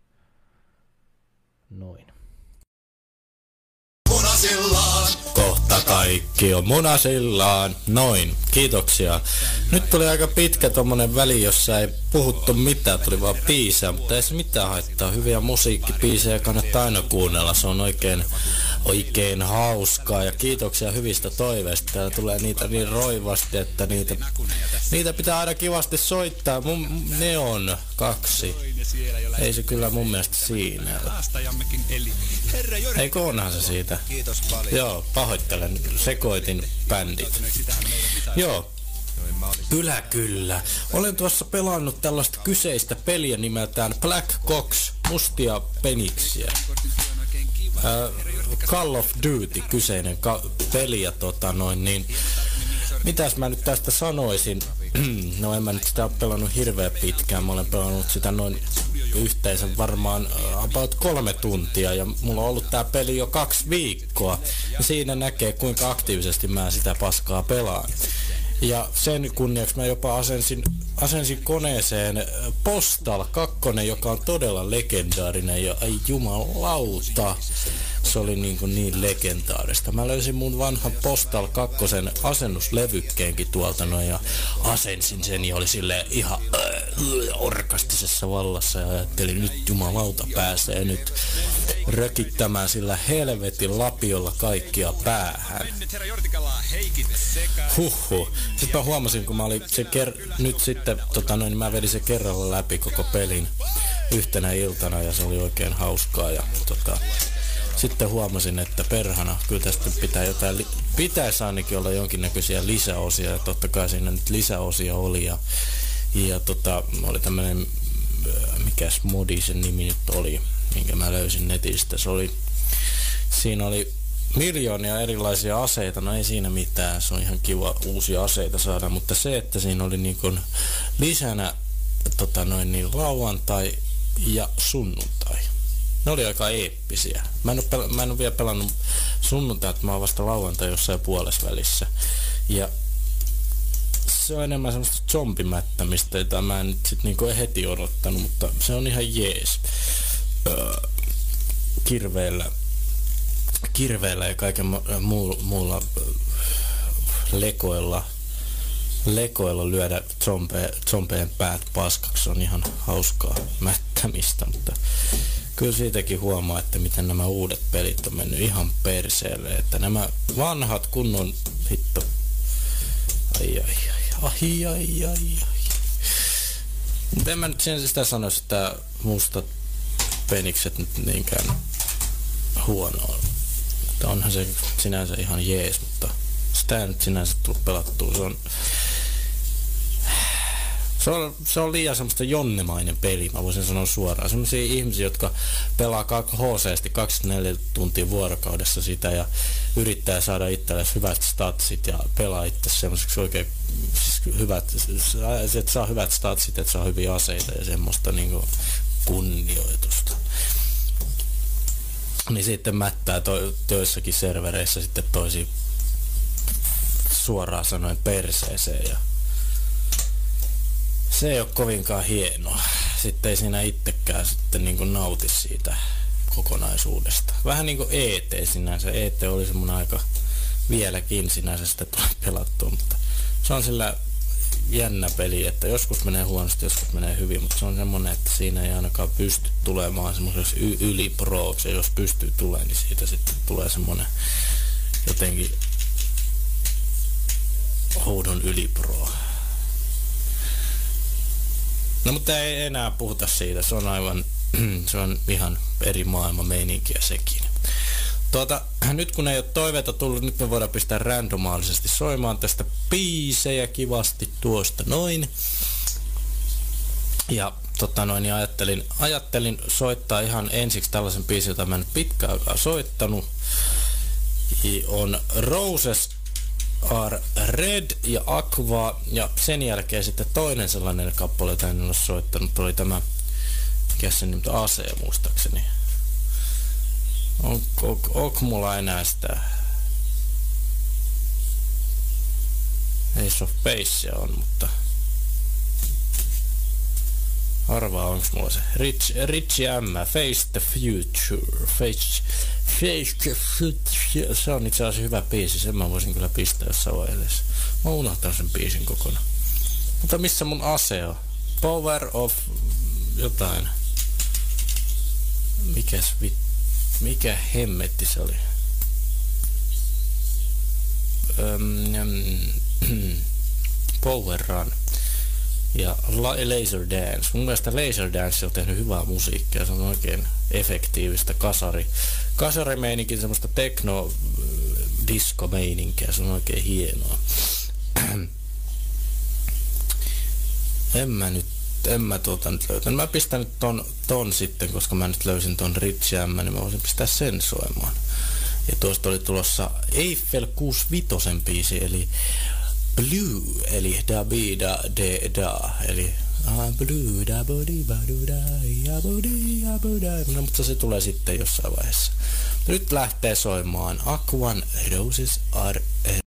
Noin. Munasillaan. Kohta kaikki on munasillaan. Noin, kiitoksia. Nyt tuli aika pitkä tommonen väli, jossa ei puhuttu mitään, tuli vaan biisejä, mutta ei se mitään haittaa. Hyviä musiikkibiisejä kannattaa aina kuunnella, se on oikein, oikein hauskaa. Ja kiitoksia hyvistä toiveista, täällä tulee niitä niin roivasti, että niitä, niitä pitää aina kivasti soittaa. Mun, ne on kaksi. Ei se kyllä mun mielestä siinä. Eikö onhan se siitä? Kiitos paljon. Joo, pahoittelen. Sekoitin bändit. Joo. Kyllä, kyllä. Olen tuossa pelannut tällaista kyseistä peliä nimeltään Black Cox, mustia peniksiä. Äh, Call of Duty kyseinen ka- peli ja tota noin niin. Mitäs mä nyt tästä sanoisin? No en mä nyt sitä ole pelannut hirveän pitkään. Mä olen pelannut sitä noin yhteensä varmaan about kolme tuntia ja mulla on ollut tää peli jo kaksi viikkoa. Ja siinä näkee kuinka aktiivisesti mä sitä paskaa pelaan. Ja sen kunniaksi mä jopa asensin, asensin koneeseen Postal kaksi, joka on todella legendaarinen ja ai jumalauta. Se oli niin, kuin niin legendaarista. Mä löysin mun vanhan Postal kaksi asennuslevykkeenkin tuolta noin ja asensin sen ja oli silleen ihan äh, orkastisessa vallassa ja ajattelin nyt jumalauta pääsee nyt rökittämään sillä helvetin lapiolla kaikkia päähän. Huhhuh. Sitten mä huomasin, kun mä olin se ker- nyt sitten, tota noin, mä vedin se kerralla läpi koko pelin yhtenä iltana ja se oli oikein hauskaa ja tota... Sitten huomasin, että perhana, kyllä tästä pitää jotain, li- pitäisi ainakin olla jonkinnäköisiä lisäosia, ja totta kai siinä nyt lisäosia oli, ja, ja tota, oli tämmönen, mikäs modi sen nimi nyt oli, minkä mä löysin netistä, se oli, siinä oli miljoonia erilaisia aseita, no ei siinä mitään, se on ihan kiva uusia aseita saada, mutta se, että siinä oli niin kuin lisänä tota noin niin lauantai ja sunnuntai. Ne oli aika eeppisiä. Mä en oo, pel- mä en oo vielä pelannut sunnuntai, että mä oon vasta lauantai jossain puolessa välissä. Ja se on enemmän semmoista zombimättämistä, jota mä en nyt sit niinku heti odottanut, mutta se on ihan jees. Öö, kirveellä, kirveellä ja kaiken muu, muulla lekoilla, lekoilla lyödä zombe, zombeen päät paskaksi on ihan hauskaa mättämistä, mutta kyllä siitäkin huomaa, että miten nämä uudet pelit on mennyt ihan perseelle, että nämä vanhat kunnon hitto. Ai ai ai, ai ai ai ai. Mutta en mä nyt sen sitä sanoisi, että mustat penikset nyt niinkään huonoa. Mutta onhan se sinänsä ihan jees, mutta sitä ei nyt sinänsä tullut pelattua. Se on, se on, se on liian semmoista jonnemainen peli, mä voisin sanoa suoraan. Semmoisia ihmisiä, jotka pelaa H C:sti kaksikymmentäneljä tuntia vuorokaudessa sitä ja yrittää saada itselleen hyvät statsit ja pelaa itse semmoiseksi oikein siis hyvät, että saa hyvät statsit, että saa hyviä aseita ja semmoista niinku kunnioitusta. Niin sitten mättää to, joissakin servereissä sitten toisi suoraan sanoen perseeseen ja se ei ole kovinkaan hienoa. Sitten ei siinä itsekään sitten niinku nauti siitä kokonaisuudesta. Vähän niinku E T sinänsä. E T oli semmonen aika vieläkin sinänsä sitä tulee pelattua, mutta se on sillä jännä peli, että joskus menee huonosti, joskus menee hyvin, mutta se on semmonen, että siinä ei ainakaan pysty tulemaan semmoiseksi y- yliprooksi, ja jos pystyy tulemaan, niin siitä sitten tulee semmonen jotenkin houdon ylipro. No mutta ei enää puhuta siitä, se on aivan, se on ihan eri maailman meininkiä sekin. Tuota, nyt kun ei ole toiveita tullut, nyt me voidaan pistää randomaalisesti soimaan tästä biisejä kivasti tuosta noin. Ja tota noin, niin ajattelin, ajattelin soittaa ihan ensiksi tällaisen biisin, jota mä en pitkään aikaa soittanut. On Roses Are Red ja Aqua, ja sen jälkeen sitten toinen sellainen kappale, jota en ole soittanut, oli tämä, mikä se nyt Ase muistaakseni. On, on, onko mulla enää sitä Ace of Basea on, mutta arvaa onko mulla se Rich, Richie M, Face the Future, Face, Face the Future, se on itse asiassa hyvä biisi, sen mä voisin kyllä pistää jossain vaiheessa. Mä unohtan sen biisin kokonaan. Mutta missä mun ase on? Power of jotain. Mikäs vittu? Mikä hemmetti se oli? Öm, Power Run ja Laser Dance. Mun mielestä Laser Dance on tehnyt hyvää musiikkia. Se on oikein efektiivistä kasari. Kasarimeininkin semmoista tekno disco meininkiä. Se on oikein hienoa. en mä nyt En mä tuota nyt löytänyt. Mä pistän nyt ton, ton sitten, koska mä nyt löysin ton Rich M, niin mä voisin pistää sen soimaan. Ja tuosta oli tulossa Eiffel kuusikymmentäviisi biisi, eli Blue, eli da bi da de da, eli ah, Blue da bodi badu da ya bodi ya bodi. No, mutta se tulee sitten jossain vaiheessa. Nyt lähtee soimaan Aquan Roses Are